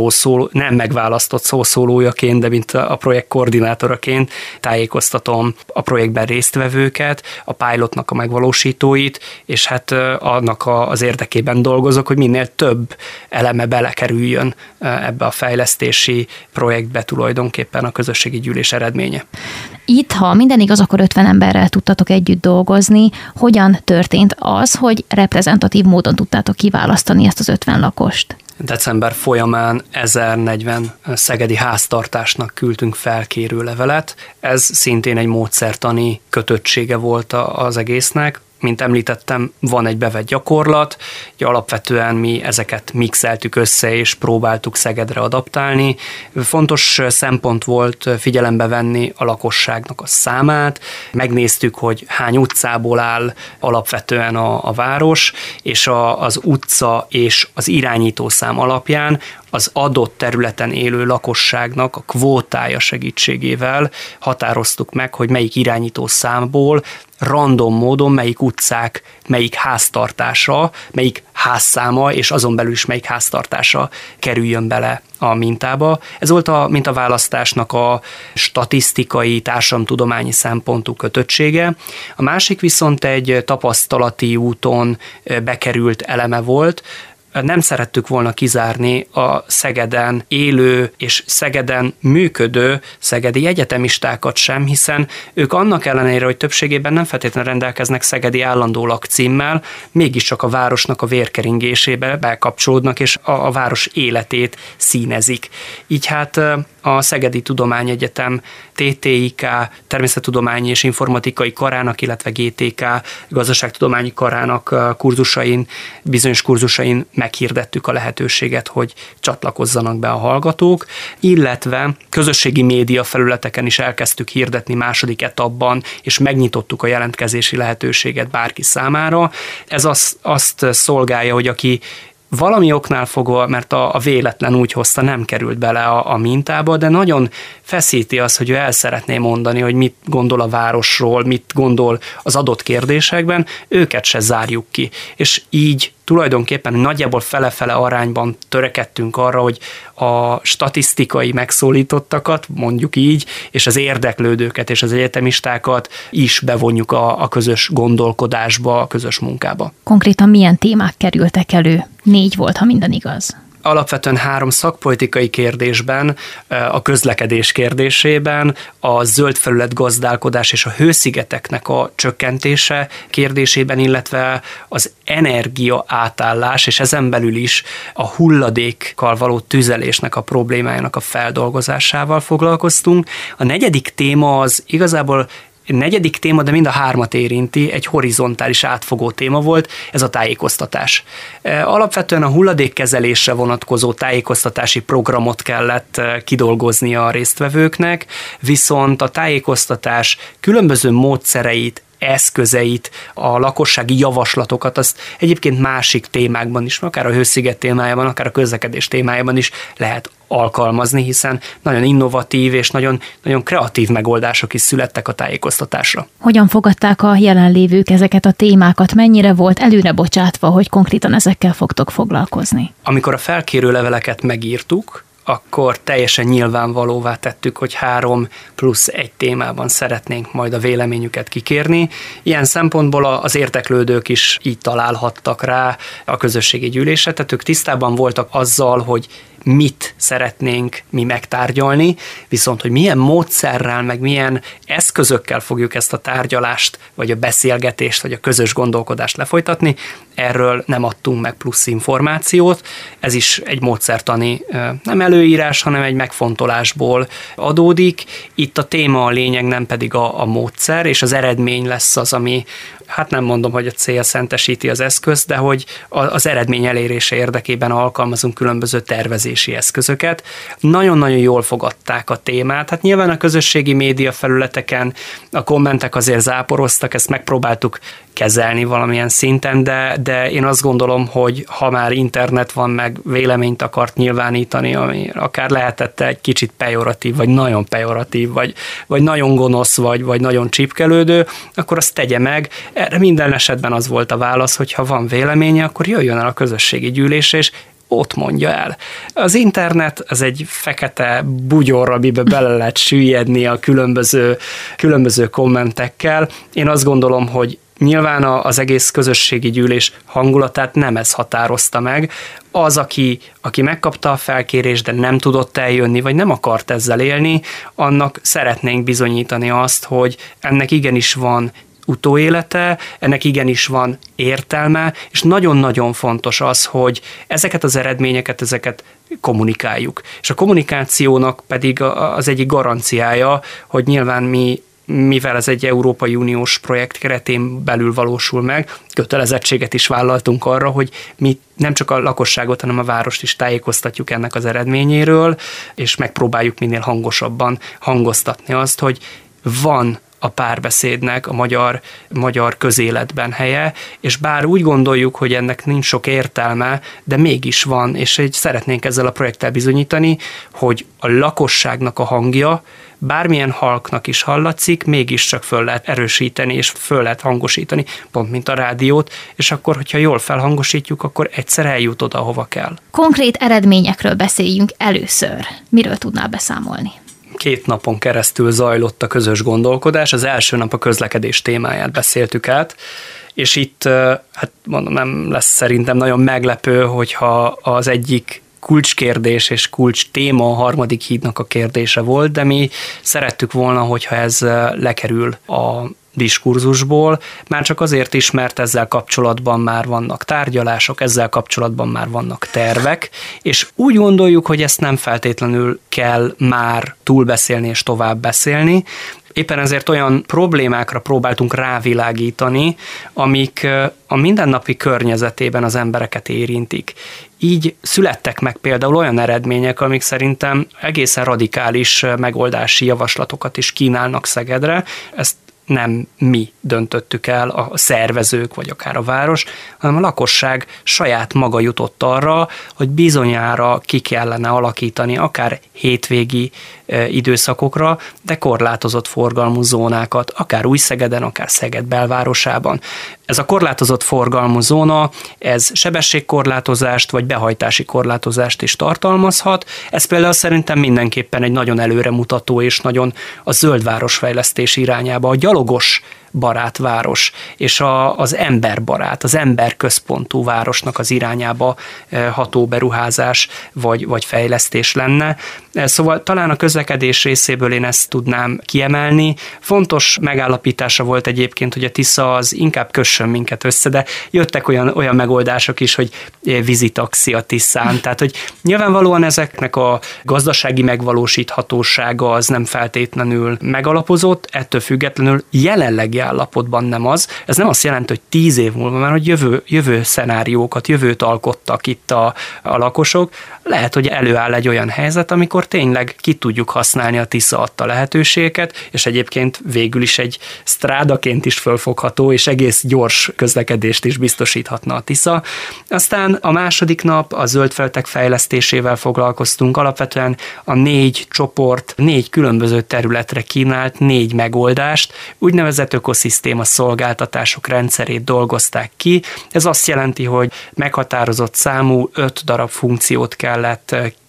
nem megválasztott szószólójaként, de mint a projekt koordinátoraként tájékoztatom a projektben résztvevőket, a pilotnak a megvalósítóit, és hát annak az érdekében dolgozok, hogy minél több eleme belekerüljön ebbe a fejlesztési projektbe tulajdonképpen a közösségi gyűlés eredménye. Itt, ha minden igaz, akkor 50 emberrel tudtatok együtt dolgozni. Hogyan történt az, hogy reprezentatív módon tudtátok kiválasztani ezt az 50 lakost? December folyamán 1040 szegedi háztartásnak küldtünk felkérő levelet. Ez szintén egy módszertani kötöttsége volt az egésznek. Mint említettem, van egy bevett gyakorlat, hogy alapvetően mi ezeket mixeltük össze, és próbáltuk Szegedre adaptálni. Fontos szempont volt figyelembe venni a lakosságnak a számát, megnéztük, hogy hány utcából áll alapvetően a város, és az utca és az irányítószám alapján az adott területen élő lakosságnak a kvótája segítségével határoztuk meg, hogy melyik irányítószámból random módon melyik utcák, melyik háztartása, melyik házszáma, és azon belül is melyik háztartása kerüljön bele a mintába. Ez volt a mintaválasztásnak a statisztikai, társadalomtudományi szempontú kötöttsége. A másik viszont egy tapasztalati úton bekerült eleme volt. Nem szerettük volna kizárni a Szegeden élő és Szegeden működő szegedi egyetemistákat sem, hiszen ők annak ellenére, hogy többségében nem feltétlenül rendelkeznek szegedi állandó lakcímmel, mégiscsak a városnak a vérkeringésébe bekapcsolódnak, és a város életét színezik. Így hát a Szegedi Tudományegyetem TTIK, Természettudományi és Informatikai Karának, illetve GTK, Gazdaságtudományi Karának bizonyos kurzusain meghirdettük a lehetőséget, hogy csatlakozzanak be a hallgatók, illetve közösségi média felületeken is elkezdtük hirdetni második etapban, és megnyitottuk a jelentkezési lehetőséget bárki számára. Ez azt szolgálja, hogy aki valami oknál fogva, mert a véletlen úgy hozta, nem került bele a mintába, de nagyon feszíti az, hogy ő el szeretné mondani, hogy mit gondol a városról, mit gondol az adott kérdésekben, őket se zárjuk ki. És így tulajdonképpen nagyjából fele-fele arányban törekedtünk arra, hogy a statisztikai megszólítottakat, mondjuk így, és az érdeklődőket és az egyetemistákat is bevonjuk a közös gondolkodásba, a közös munkába. Konkrétan milyen témák kerültek elő? 4 volt, ha minden igaz. Alapvetően 3 szakpolitikai kérdésben, a közlekedés kérdésében, a zöld felület gazdálkodás és a hőszigeteknek a csökkentése kérdésében, illetve az energia átállás, és ezen belül is a hulladékkal való tüzelésnek a problémájának a feldolgozásával foglalkoztunk. A 4. téma az igazából negyedik téma, de mind a 3 érinti, egy horizontális átfogó téma volt, ez a tájékoztatás. Alapvetően a hulladékkezelésre vonatkozó tájékoztatási programot kellett kidolgozni a résztvevőknek, viszont a tájékoztatás különböző módszereit, eszközeit, a lakossági javaslatokat, azt egyébként másik témákban is, akár a hősziget témájában, akár a közlekedés témájában is lehet alkalmazni, hiszen nagyon innovatív és nagyon, nagyon kreatív megoldások is születtek a tájékoztatásra. Hogyan fogadták a jelenlévők ezeket a témákat? Mennyire volt előre bocsátva, hogy konkrétan ezekkel fogtok foglalkozni? Amikor a felkérő leveleket megírtuk, akkor teljesen nyilvánvalóvá tettük, hogy 3+1 témában szeretnénk majd a véleményüket kikérni. Ilyen szempontból az érdeklődők is így találhattak rá a közösségi gyűlésre, tehát ők tisztában voltak azzal, hogy mit szeretnénk mi megtárgyalni, viszont hogy milyen módszerrel, meg milyen eszközökkel fogjuk ezt a tárgyalást, vagy a beszélgetést, vagy a közös gondolkodást lefolytatni, erről nem adtunk meg plusz információt. Ez is egy módszertani nem előírás, hanem egy megfontolásból adódik. Itt a téma a lényeg, nem pedig a módszer, és az eredmény lesz az, ami, hát nem mondom, hogy a cél szentesíti az eszközt, de hogy az eredmény elérése érdekében alkalmazunk különböző tervezési eszközöket. Nagyon-nagyon jól fogadták a témát. Hát nyilván a közösségi média felületeken a kommentek azért záporoztak, ezt megpróbáltuk kezelni valamilyen szinten, de én azt gondolom, hogy ha már internet van, meg véleményt akart nyilvánítani, ami akár lehetett egy kicsit pejoratív, vagy nagyon pejoratív, vagy nagyon gonosz, vagy nagyon csípkelődő, akkor azt tegye meg. Erre minden esetben az volt a válasz, hogy ha van véleménye, akkor jöjjön el a közösségi gyűlésre, és ott mondja el. Az internet az egy fekete bugyor, amiben bele lehet süllyedni a különböző kommentekkel. Én azt gondolom, hogy nyilván az egész közösségi gyűlés hangulatát nem ez határozta meg. Az, aki megkapta a felkérést, de nem tudott eljönni, vagy nem akart ezzel élni, annak szeretnénk bizonyítani azt, hogy ennek igenis van utóélete, ennek igenis van értelme, és nagyon-nagyon fontos az, hogy ezeket az eredményeket, ezeket kommunikáljuk. És a kommunikációnak pedig az egyik garanciája, hogy nyilván mivel ez egy Európai Uniós projekt keretén belül valósul meg, kötelezettséget is vállaltunk arra, hogy mi nem csak a lakosságot, hanem a várost is tájékoztatjuk ennek az eredményéről, és megpróbáljuk minél hangosabban hangoztatni azt, hogy van a párbeszédnek a magyar közéletben helye, és bár úgy gondoljuk, hogy ennek nincs sok értelme, de mégis van, és szeretnénk ezzel a projekttel bizonyítani, hogy a lakosságnak a hangja bármilyen halknak is hallatszik, mégiscsak föl lehet erősíteni, és föl lehet hangosítani, pont mint a rádiót, és akkor, hogyha jól felhangosítjuk, akkor egyszer eljut oda, hova kell. Konkrét eredményekről beszéljünk először. Miről tudnál beszámolni? 2 napon keresztül zajlott a közös gondolkodás. Az első nap a közlekedés témáját beszéltük át, és itt, hát mondom, nem lesz szerintem nagyon meglepő, hogyha az egyik kulcskérdés és kulcs téma a harmadik hídnak a kérdése volt, de mi szerettük volna, hogyha ez lekerül a diskurzusból, már csak azért is, mert ezzel kapcsolatban már vannak tárgyalások, ezzel kapcsolatban már vannak tervek, és úgy gondoljuk, hogy ezt nem feltétlenül kell már túlbeszélni és tovább beszélni. Éppen ezért olyan problémákra próbáltunk rávilágítani, amik a mindennapi környezetében az embereket érintik. Így születtek meg például olyan eredmények, amik szerintem egészen radikális megoldási javaslatokat is kínálnak Szegedre. Ezt nem mi döntöttük el, a szervezők, vagy akár a város, hanem a lakosság saját maga jutott arra, hogy bizonyára ki kellene alakítani akár hétvégi időszakokra, de korlátozott forgalmú zónákat, akár Újszegeden, akár Szeged belvárosában. Ez a korlátozott forgalmú zóna, ez sebességkorlátozást vagy behajtási korlátozást is tartalmazhat. Ez például szerintem mindenképpen egy nagyon előremutató és nagyon a zöld városfejlesztés irányába, a gyalogos barát város, és az emberbarát, az emberközpontú városnak az irányába ható beruházás vagy fejlesztés lenne. Szóval talán a közlekedés részéből én ezt tudnám kiemelni. Fontos megállapítása volt egyébként, hogy a Tisza az inkább kössön minket össze, de jöttek olyan megoldások is, hogy vízitaxi a Tiszán. Tehát, hogy nyilvánvalóan ezeknek a gazdasági megvalósíthatósága az nem feltétlenül megalapozott, ettől függetlenül jelenlegi állapotban nem az. Ez nem azt jelenti, hogy 10 év múlva már, hogy jövő szenáriókat, jövőt alkottak itt a lakosok. Lehet, hogy előáll egy olyan helyzet, amikor tényleg ki tudjuk használni a Tisza adta lehetőségeket, és egyébként végül is egy strádaként is fölfogható, és egész gyors közlekedést is biztosíthatna a Tisza. Aztán a második nap a zöldfelületek fejlesztésével foglalkoztunk. Alapvetően a 4 csoport 4 különböző területre kínált 4 megoldást, úgynevezett ökoszisztéma szolgáltatások rendszerét dolgozták ki. Ez azt jelenti, hogy meghatározott számú 5 darab funkciót kellett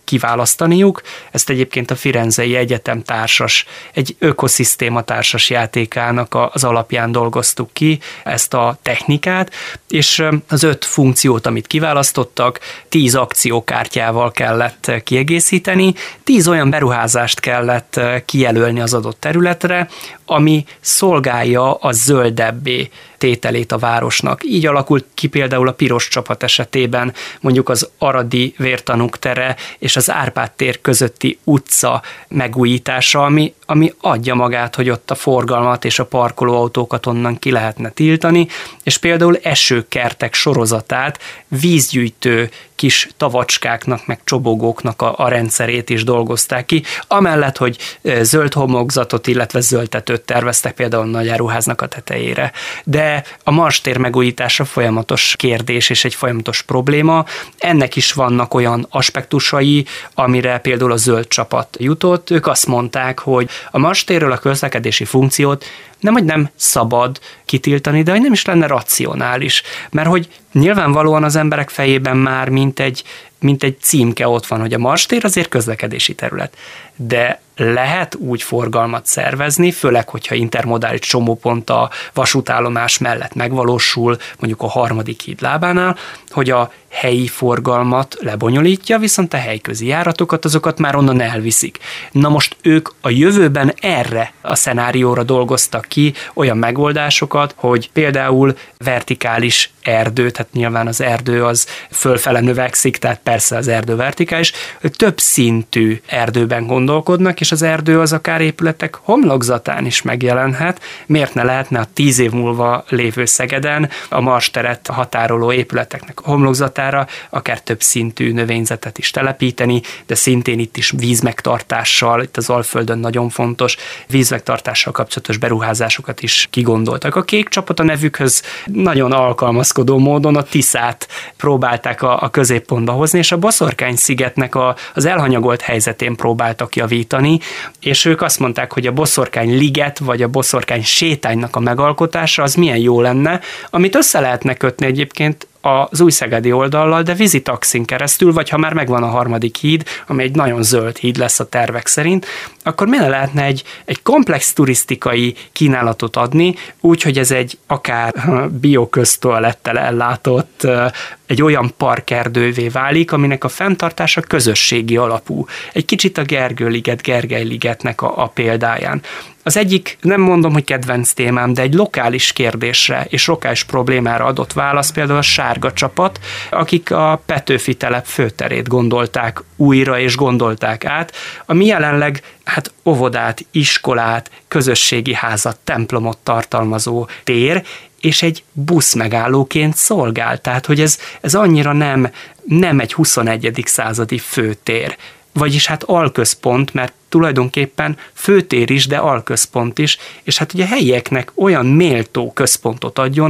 kiválasztaniuk. Ezt egyébként a Firenzei Egyetem társas, egy ökoszisztéma társas játékának az alapján dolgoztuk ki ezt a technikát, és az 5 funkciót, amit kiválasztottak, 10 akciókártyával kellett kiegészíteni, 10 olyan beruházást kellett kijelölni az adott területre, ami szolgálja a zöldebbé tételét a városnak. Így alakult ki például a piros csapat esetében mondjuk az Aradi Vértanúk tere és az Árpád tér közötti utca megújítása, ami adja magát, hogy ott a forgalmat és a parkolóautókat onnan ki lehetne tiltani, és például esőkertek sorozatát vízgyűjtő kis tavacskáknak, meg csobogóknak a rendszerét is dolgozták ki, amellett, hogy zöld homlokzatot, illetve zöldtetőt terveztek például a Nagyáruháznak a tetejére. De a Marstér megújítása folyamatos kérdés és egy folyamatos probléma. Ennek is vannak olyan aspektusai, amire például a zöld csapat jutott. Ők azt mondták, hogy a Marstérről a közlekedési funkciót nem szabad kitiltani, de hogy nem is lenne racionális. Mert hogy nyilvánvalóan az emberek fejében már mint egy címke ott van, hogy a Marstér azért közlekedési terület. De lehet úgy forgalmat szervezni, főleg, hogyha intermodális csomópont a vasútállomás mellett megvalósul, mondjuk a 3. híd lábánál, hogy a helyi forgalmat lebonyolítja, viszont a helyközi járatokat, azokat már onnan elviszik. Na most ők a jövőben erre a szenárióra dolgoztak ki olyan megoldásokat, hogy például vertikális erdő, tehát nyilván az erdő az fölfele növekszik, tehát persze az erdő vertikális, több szintű erdőben gondolkodnak, és az erdő az akár épületek homlokzatán is megjelenhet. Miért ne lehetne a 10 év múlva lévő Szegeden a Marsteret határoló épületeknek homlokzatára akár több szintű növényzetet is telepíteni, de szintén itt is vízmegtartással, itt az Alföldön nagyon fontos vízmegtartással kapcsolatos beruházásokat is kigondoltak. A Kék csapat a nevükhöz nagyon alkalmazkodó módon a Tiszát próbálták a középpontba hozni, és a Boszorkány-szigetnek az elhanyagolt helyzetén próbáltak javítani, és ők azt mondták, hogy a Boszorkány-liget vagy a Boszorkány-sétánynak a megalkotása az milyen jó lenne, amit össze lehetne kötni egyébként az újszegedi oldallal, de vízitaxin keresztül, vagy ha már megvan a 3. híd, ami egy nagyon zöld híd lesz a tervek szerint, akkor miért lehetne egy komplex turisztikai kínálatot adni, úgy, hogy ez egy akár bioköztoalettel ellátott egy olyan parkerdővé válik, aminek a fenntartása közösségi alapú. Egy kicsit a Gergő-liget, Gergely-ligetnek a példáján. Az egyik, nem mondom, hogy kedvenc témám, de egy lokális kérdésre és lokális problémára adott válasz például a Sárga csapat, akik a Petőfi telep főterét gondolták újra és gondolták át, ami jelenleg óvodát, iskolát, közösségi házat, templomot tartalmazó tér, és egy buszmegállóként szolgál. Tehát, hogy ez annyira nem egy 21. századi főtér. Vagyis alközpont, mert tulajdonképpen főtér is, de alközpont is, és ugye a helyieknek olyan méltó központot adjon,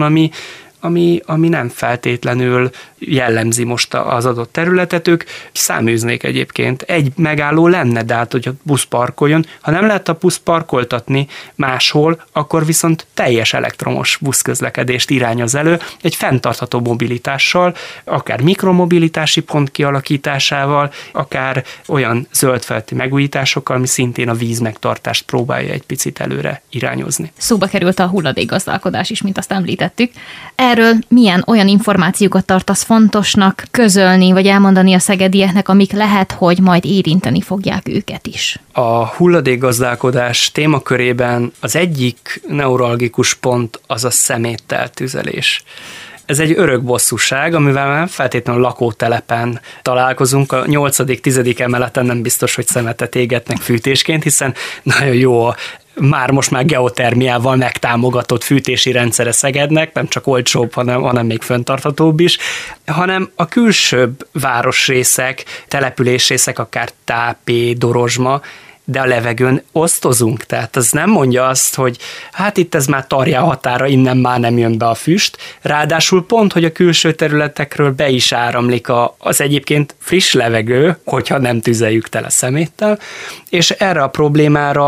ami nem feltétlenül jellemzi most az adott területet. Ők száműznék egyébként. Egy megálló lenne, de hogy a busz parkoljon. Ha nem lehet a busz parkoltatni máshol, akkor viszont teljes elektromos buszközlekedést irányoz elő, egy fenntartható mobilitással, akár mikromobilitási pont kialakításával, akár olyan zöldfelületi megújításokkal, ami szintén a vízmegtartást próbálja egy picit előre irányozni. Szóba került a hulladékgazdálkodás is, mint azt említettük. Erről milyen olyan információkat tartasz fontosnak közölni, vagy elmondani a szegedieknek, amik lehet, hogy majd érinteni fogják őket is? A hulladékgazdálkodás témakörében az egyik neuralgikus pont az a szemétteltüzelés. Ez egy örök bosszúság, amivel nem feltétlenül lakótelepen találkozunk. A 8.-10. emeleten nem biztos, hogy szemetet égetnek fűtésként, hiszen nagyon jó most már geotermiával megtámogatott fűtési rendszere Szegednek, nem csak olcsóbb, hanem még fenntarthatóbb is, hanem a külsőbb városrészek, településrészek, akár Tápé, Dorozsma, de a levegőn osztozunk, tehát az nem mondja azt, hogy itt ez már Tarján határa, innen már nem jön be a füst, ráadásul pont, hogy a külső területekről be is áramlik az egyébként friss levegő, hogyha nem tüzeljük tele szeméttel, és erre a problémára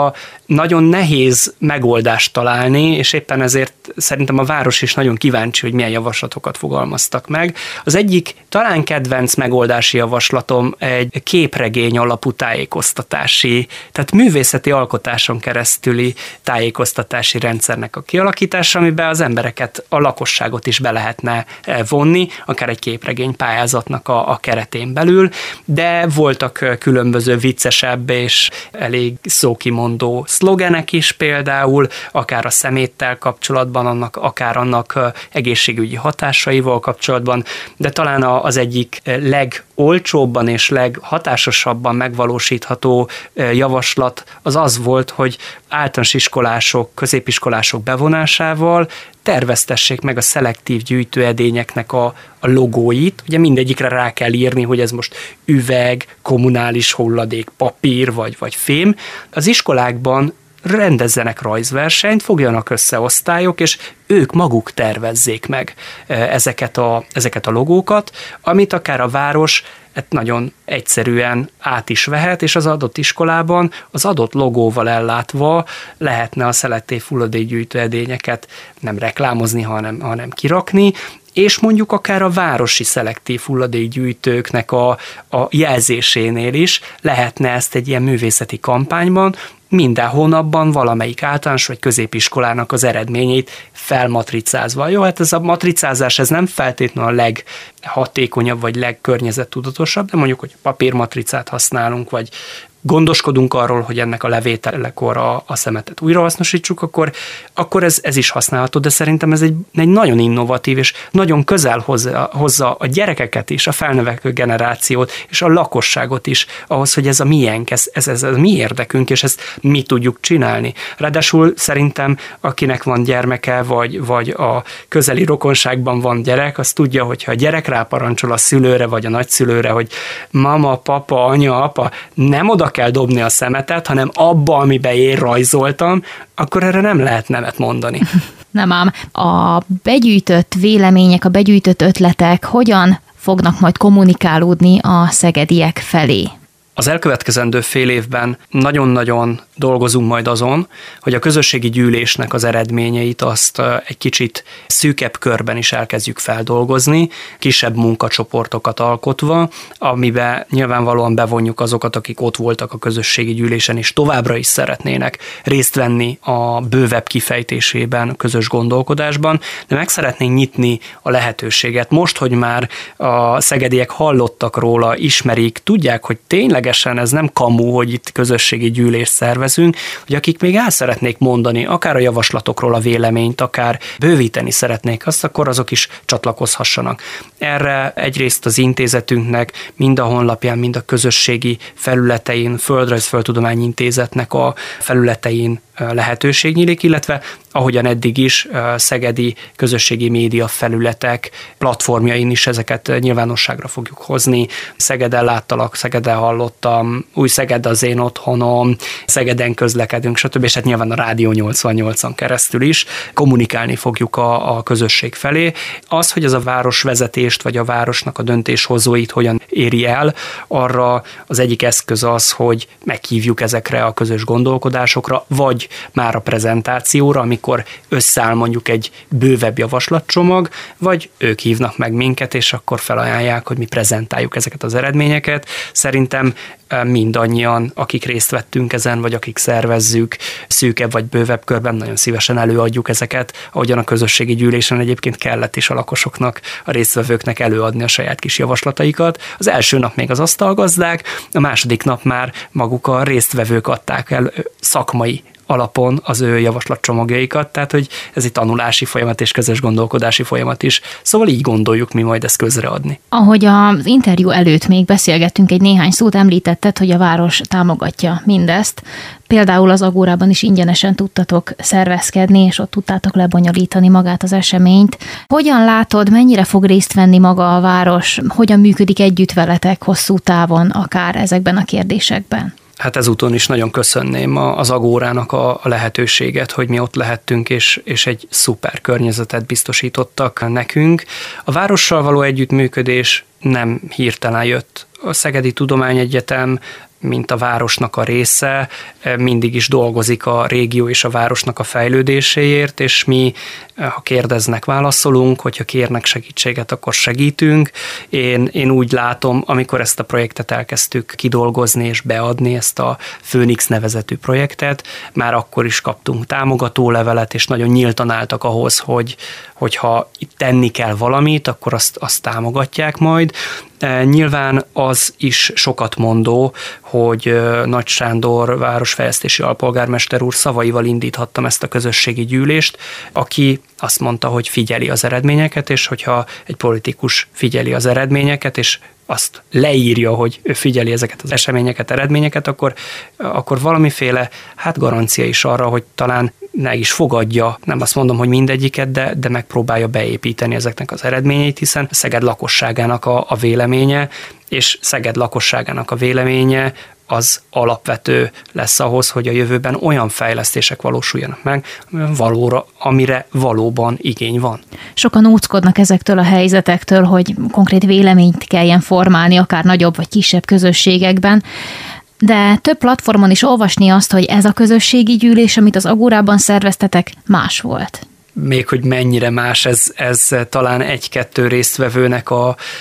nagyon nehéz megoldást találni, és éppen ezért szerintem a város is nagyon kíváncsi, hogy milyen javaslatokat fogalmaztak meg. Az egyik talán kedvenc megoldási javaslatom egy képregény alapú tájékoztatási, tehát művészeti alkotáson keresztüli tájékoztatási rendszernek a kialakítása, amiben az embereket, a lakosságot is be lehetne vonni, akár egy képregény pályázatnak a keretén belül, de voltak különböző viccesebb és elég szókimondó szlogenek is például, akár a szeméttel kapcsolatban, akár annak egészségügyi hatásaival kapcsolatban, de talán az egyik legolcsóbban és leghatásosabban megvalósítható javaslat az volt, hogy általános iskolások, középiskolások bevonásával terveztessék meg a szelektív gyűjtőedényeknek a logóit. Ugye mindegyikre rá kell írni, hogy ez most üveg, kommunális hulladék, papír vagy fém. Az iskolákban rendezzenek rajzversenyt, fogjanak össze osztályok, és ők maguk tervezzék meg ezeket a logókat, amit akár a város nagyon egyszerűen át is vehet, és az adott iskolában az adott logóval ellátva lehetne a szelektív hulladékgyűjtő edényeket nem reklámozni, hanem kirakni, és mondjuk akár a városi szelektív hulladékgyűjtőknek a jelzésénél is lehetne ezt egy ilyen művészeti kampányban minden hónapban valamelyik általános vagy középiskolának az eredményét felmatricázva. Jó, hát ez a matricázás ez nem feltétlenül a leghatékonyabb vagy legkörnyezettudatosabb, de mondjuk, hogy papírmatricát használunk, vagy gondoskodunk arról, hogy ennek a levételekor a szemetet újrahasznosítsuk, akkor ez is használható, de szerintem ez egy nagyon innovatív és nagyon közel hozza a gyerekeket is, a felnövekvő generációt és a lakosságot is ahhoz, hogy ez a miénk, ez a mi érdekünk, és ezt mi tudjuk csinálni. Ráadásul szerintem, akinek van gyermeke, vagy a közeli rokonságban van gyerek, az tudja, hogyha a gyerek ráparancsol a szülőre, vagy a nagyszülőre, hogy mama, papa, anya, apa, nem oda kell dobni a szemetet, hanem abba, amiben én rajzoltam, akkor erre nem lehet nemet mondani. Nem ám. A begyűjtött vélemények, a begyűjtött ötletek hogyan fognak majd kommunikálódni a szegediek felé? Az elkövetkezendő fél évben nagyon-nagyon dolgozunk majd azon, hogy a közösségi gyűlésnek az eredményeit azt egy kicsit szűkebb körben is elkezdjük feldolgozni, kisebb munkacsoportokat alkotva, amiben nyilvánvalóan bevonjuk azokat, akik ott voltak a közösségi gyűlésen, és továbbra is szeretnének részt venni a bővebb kifejtésében, a közös gondolkodásban, de meg szeretnénk nyitni a lehetőséget. Most, hogy már a szegediek hallottak róla, ismerik, tudják, hogy tényleg ez nem kamu, hogy itt közösségi gyűlést szervezünk, hogy akik még el szeretnék mondani, akár a javaslatokról a véleményt, akár bővíteni szeretnék azt, akkor azok is csatlakozhassanak. Erre egyrészt az intézetünknek mind a honlapján, mind a közösségi felületein, Földrajz-Földtudományi Intézetnek a felületein lehetőség nyílik, illetve ahogyan eddig is szegedi közösségi média felületek platformjain is ezeket nyilvánosságra fogjuk hozni. Szegeden láttalak, Szegeden hallottam, Új-Szeged az én otthonom, Szegeden közlekedünk, stb. És hát nyilván a Rádió 88-on keresztül is kommunikálni fogjuk a közösség felé. Az, hogy ez a városvezetést, vagy a városnak a döntéshozóit hogyan éri el, arra az egyik eszköz az, hogy meghívjuk ezekre a közös gondolkodásokra, vagy már a prezentációra, amikor összeáll mondjuk egy bővebb javaslatcsomag, vagy ők hívnak meg minket, és akkor felajánlják, hogy mi prezentáljuk ezeket az eredményeket. Szerintem mindannyian, akik részt vettünk ezen, vagy akik szervezzük, szűkebb vagy bővebb körben nagyon szívesen előadjuk ezeket, ahogyan a közösségi gyűlésen egyébként kellett is a lakosoknak, a résztvevőknek előadni a saját kis javaslataikat. Az első nap még az asztalgazdák, a második nap már maguk a résztvevők adták el szakmai alapon az ő javaslatcsomagjaikat, tehát hogy ez egy tanulási folyamat és közös gondolkodási folyamat is. Szóval így gondoljuk mi majd ezt közreadni. Ahogy az interjú előtt még beszélgettünk egy néhány szót, említetted, hogy a város támogatja mindezt. Például az Agórában is ingyenesen tudtatok szervezkedni, és ott tudtátok lebonyolítani magát az eseményt. Hogyan látod, mennyire fog részt venni maga a város? Hogyan működik együtt veletek hosszú távon, akár ezekben a kérdésekben? Hát ezúton is nagyon köszönném az Agórának a lehetőséget, hogy mi ott lehettünk, és egy szuper környezetet biztosítottak nekünk. A várossal való együttműködés nem hirtelen jött. A Szegedi Tudományegyetem mint a városnak a része, mindig is dolgozik a régió és a városnak a fejlődéséért, és mi, ha kérdeznek, válaszolunk, hogyha kérnek segítséget, akkor segítünk. Én úgy látom, amikor ezt a projektet elkezdtük kidolgozni és beadni, ezt a Főnix nevezetű projektet, már akkor is kaptunk támogatólevelet, és nagyon nyíltan álltak ahhoz, hogyha itt tenni kell valamit, akkor azt támogatják majd. Nyilván az is sokat mondó, hogy Nagy Sándor városfejlesztési alpolgármester úr szavaival indíthattam ezt a közösségi gyűlést, aki azt mondta, hogy figyeli az eredményeket, és hogyha egy politikus figyeli az eredményeket, és azt leírja, hogy ő figyeli ezeket az eseményeket, eredményeket, akkor valamiféle garancia is arra, hogy talán ne is fogadja, nem azt mondom, hogy mindegyiket, de megpróbálja beépíteni ezeknek az eredményeit, hiszen Szeged lakosságának a véleménye, és Szeged lakosságának a véleménye az alapvető lesz ahhoz, hogy a jövőben olyan fejlesztések valósuljanak meg, amire valóban igény van. Sokan óckodnak ezektől a helyzetektől, hogy konkrét véleményt kelljen formálni, akár nagyobb vagy kisebb közösségekben, de több platformon is olvasni azt, hogy ez a közösségi gyűlés, amit az Agórában szerveztetek, más volt. Még hogy mennyire más, ez talán egy-kettő résztvevőnek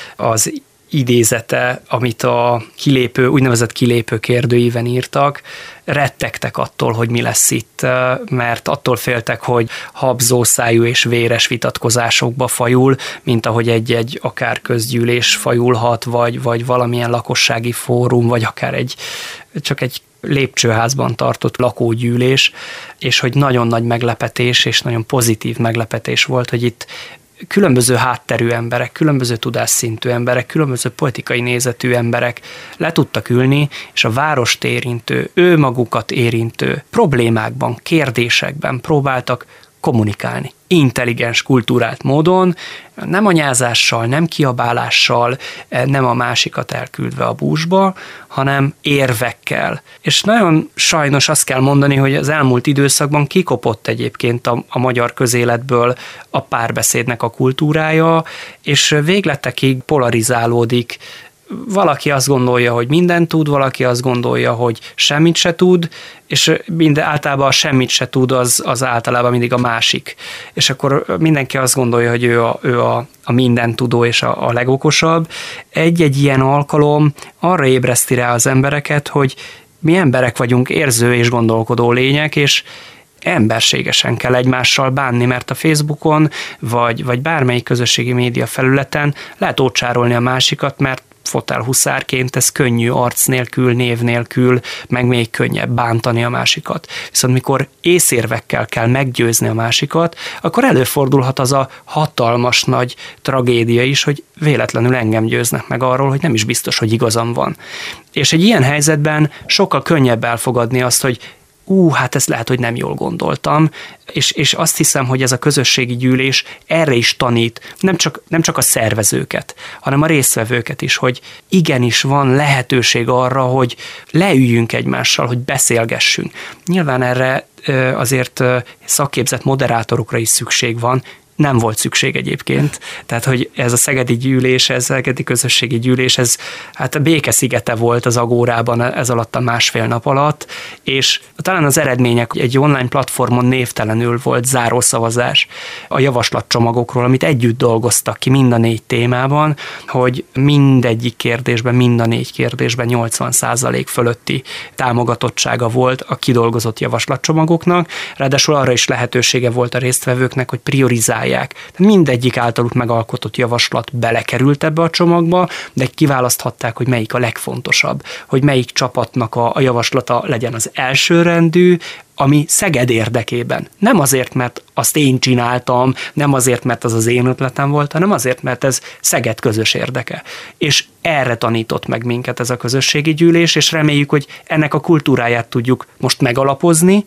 az idézete, amit a úgynevezett kilépő kérdőíven írtak, rettegtek attól, hogy mi lesz itt, mert attól féltek, hogy habzószájú és véres vitatkozásokba fajul, mint ahogy egy akár közgyűlés fajulhat, vagy valamilyen lakossági fórum, vagy akár csak egy lépcsőházban tartott lakógyűlés, és hogy nagyon nagy meglepetés, és nagyon pozitív meglepetés volt, hogy itt különböző hátterű emberek, különböző tudásszintű emberek, különböző politikai nézetű emberek le tudtak ülni, és a várost érintő, ő magukat érintő problémákban, kérdésekben próbáltak kommunikálni. Intelligens, kultúrált módon, nem anyázással, nem kiabálással, nem a másikat elküldve a búzsba, hanem érvekkel. És nagyon sajnos azt kell mondani, hogy az elmúlt időszakban kikopott egyébként a magyar közéletből a párbeszédnek a kultúrája, és végletekig polarizálódik. Valaki azt gondolja, hogy mindent tud, valaki azt gondolja, hogy semmit se tud, és általában a semmit se tud, az általában mindig a másik. És akkor mindenki azt gondolja, hogy ő a mindentudó és a legokosabb. Egy-egy ilyen alkalom arra ébreszti rá az embereket, hogy mi emberek vagyunk, érző és gondolkodó lények, és emberségesen kell egymással bánni, mert a Facebookon, vagy bármelyik közösségi média felületen lehet ócsárolni a másikat, mert fotelhuszárként ez könnyű, arc nélkül, név nélkül, meg még könnyebb bántani a másikat. Viszont mikor észérvekkel kell meggyőzni a másikat, akkor előfordulhat az a hatalmas nagy tragédia is, hogy véletlenül engem győznek meg arról, hogy nem is biztos, hogy igazam van. És egy ilyen helyzetben sokkal könnyebb elfogadni azt, hogy hát ezt lehet, hogy nem jól gondoltam, és azt hiszem, hogy ez a közösségi gyűlés erre is tanít, nem csak a szervezőket, hanem a résztvevőket is, hogy igenis van lehetőség arra, hogy leüljünk egymással, hogy beszélgessünk. Nyilván erre azért szakképzett moderátorokra is szükség van, nem volt szükség egyébként. Tehát, hogy ez a szegedi gyűlés, ez a szegedi közösségi gyűlés, ez hát a békeszigete volt az Agórában ez alatt a másfél nap alatt, és talán az eredmények egy online platformon névtelenül volt zárószavazás a javaslatcsomagokról, amit együtt dolgoztak ki mind a 4 témában, hogy mindegyik kérdésben, mind a 4 kérdésben 80% fölötti támogatottsága volt a kidolgozott javaslatcsomagoknak, ráadásul arra is lehetősége volt a résztvevőknek, hogy priorizálják. Tehát mindegyik általuk megalkotott javaslat belekerült ebbe a csomagba, de kiválaszthatták, hogy melyik a legfontosabb, hogy melyik csapatnak a javaslata legyen az elsőrendű, ami Szeged érdekében. Nem azért, mert azt én csináltam, nem azért, mert az én ötletem volt, hanem azért, mert ez Szeged közös érdeke. És erre tanított meg minket ez a közösségi gyűlés, és reméljük, hogy ennek a kultúráját tudjuk most megalapozni,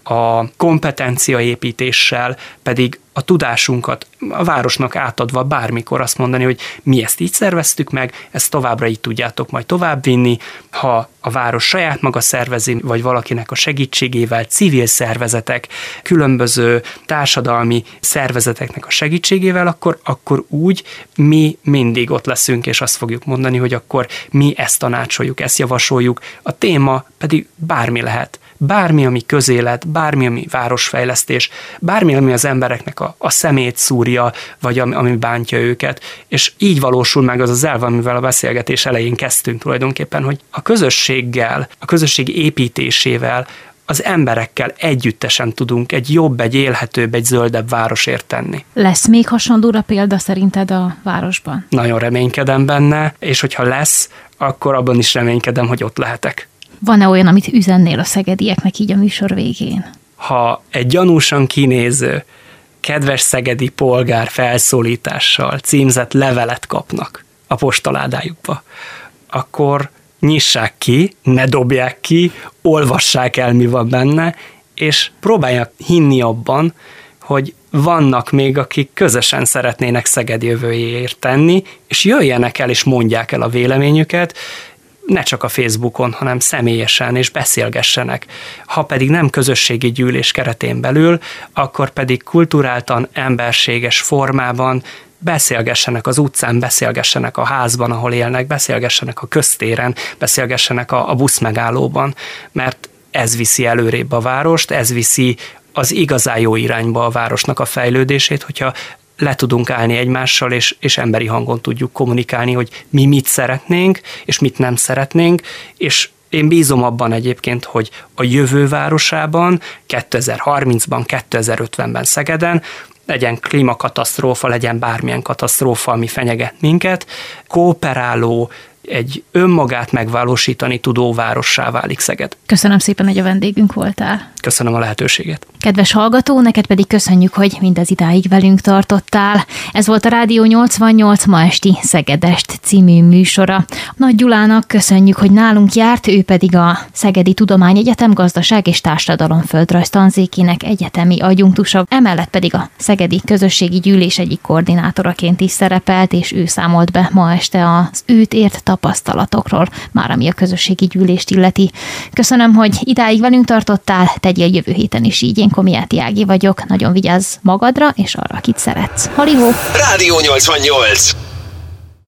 a kompetenciaépítéssel pedig a tudásunkat a városnak átadva bármikor azt mondani, hogy mi ezt így szerveztük meg, ezt továbbra így tudjátok majd továbbvinni, ha a város saját maga szervezi, vagy valakinek a segítségével, civil szervezetek, különböző társadalmi szervezeteknek a segítségével, akkor úgy mi mindig ott leszünk, és azt fogjuk mondani, hogy akkor mi ezt tanácsoljuk, ezt javasoljuk. A téma pedig bármi lehet. Bármi, ami közélet, bármi, ami városfejlesztés, bármi, ami az embereknek a szemét szúrja, vagy ami bántja őket. És így valósul meg az az elv, amivel a beszélgetés elején kezdtünk tulajdonképpen, hogy a közösséggel, a közösség építésével, az emberekkel együttesen tudunk egy jobb, egy élhetőbb, egy zöldebb városért tenni. Lesz még hasonlóra példa szerinted a városban? Nagyon reménykedem benne, és hogyha lesz, akkor abban is reménykedem, hogy ott lehetek. Van-e olyan, amit üzennél a szegedieknek így a műsor végén? Ha egy gyanúsan kinéző, kedves szegedi polgár felszólítással címzett levelet kapnak a postaládájukba, akkor nyissák ki, ne dobják ki, olvassák el, mi van benne, és próbálják hinni abban, hogy vannak még, akik közösen szeretnének Szeged jövőjéért tenni, és jöjjenek el, és mondják el a véleményüket, ne csak a Facebookon, hanem személyesen, és beszélgessenek. Ha pedig nem közösségi gyűlés keretén belül, akkor pedig kulturáltan, emberséges formában beszélgessenek az utcán, beszélgessenek a házban, ahol élnek, beszélgessenek a köztéren, beszélgessenek a buszmegállóban, mert ez viszi előrébb a várost, ez viszi az igazán jó irányba a városnak a fejlődését, hogyha le tudunk állni egymással, és emberi hangon tudjuk kommunikálni, hogy mi mit szeretnénk, és mit nem szeretnénk, és én bízom abban egyébként, hogy a jövő városában, 2030-ban, 2050-ben Szegeden, legyen klímakatasztrófa, legyen bármilyen katasztrófa, ami fenyeget minket, kooperáló, egy önmagát megvalósítani tudó várossá válik Szeged. Köszönöm szépen, hogy a vendégünk voltál. Köszönöm a lehetőséget. Kedves hallgató, neked pedig köszönjük, hogy mindez idáig velünk tartottál. Ez volt a Rádió 88 ma esti Szegedest című műsora. Nagy Gyulának köszönjük, hogy nálunk járt, ő pedig a Szegedi Tudományegyetem Gazdaság és Társadalom Földrajz Tanszékének egyetemi adjunktusa, emellett pedig a Szegedi Közösségi Gyűlés egyik koordinátoraként is szerepelt, és ő számolt be ma este az őt ért tapasztalatokról, már ami a közösségi gyűlést illeti. Köszönöm, hogy idáig velünk tartottál, tegyél jövő héten is így. Én Komiáti Ági vagyok, nagyon vigyázz magadra és arra, akit szeretsz. Halihó! Rádió 88.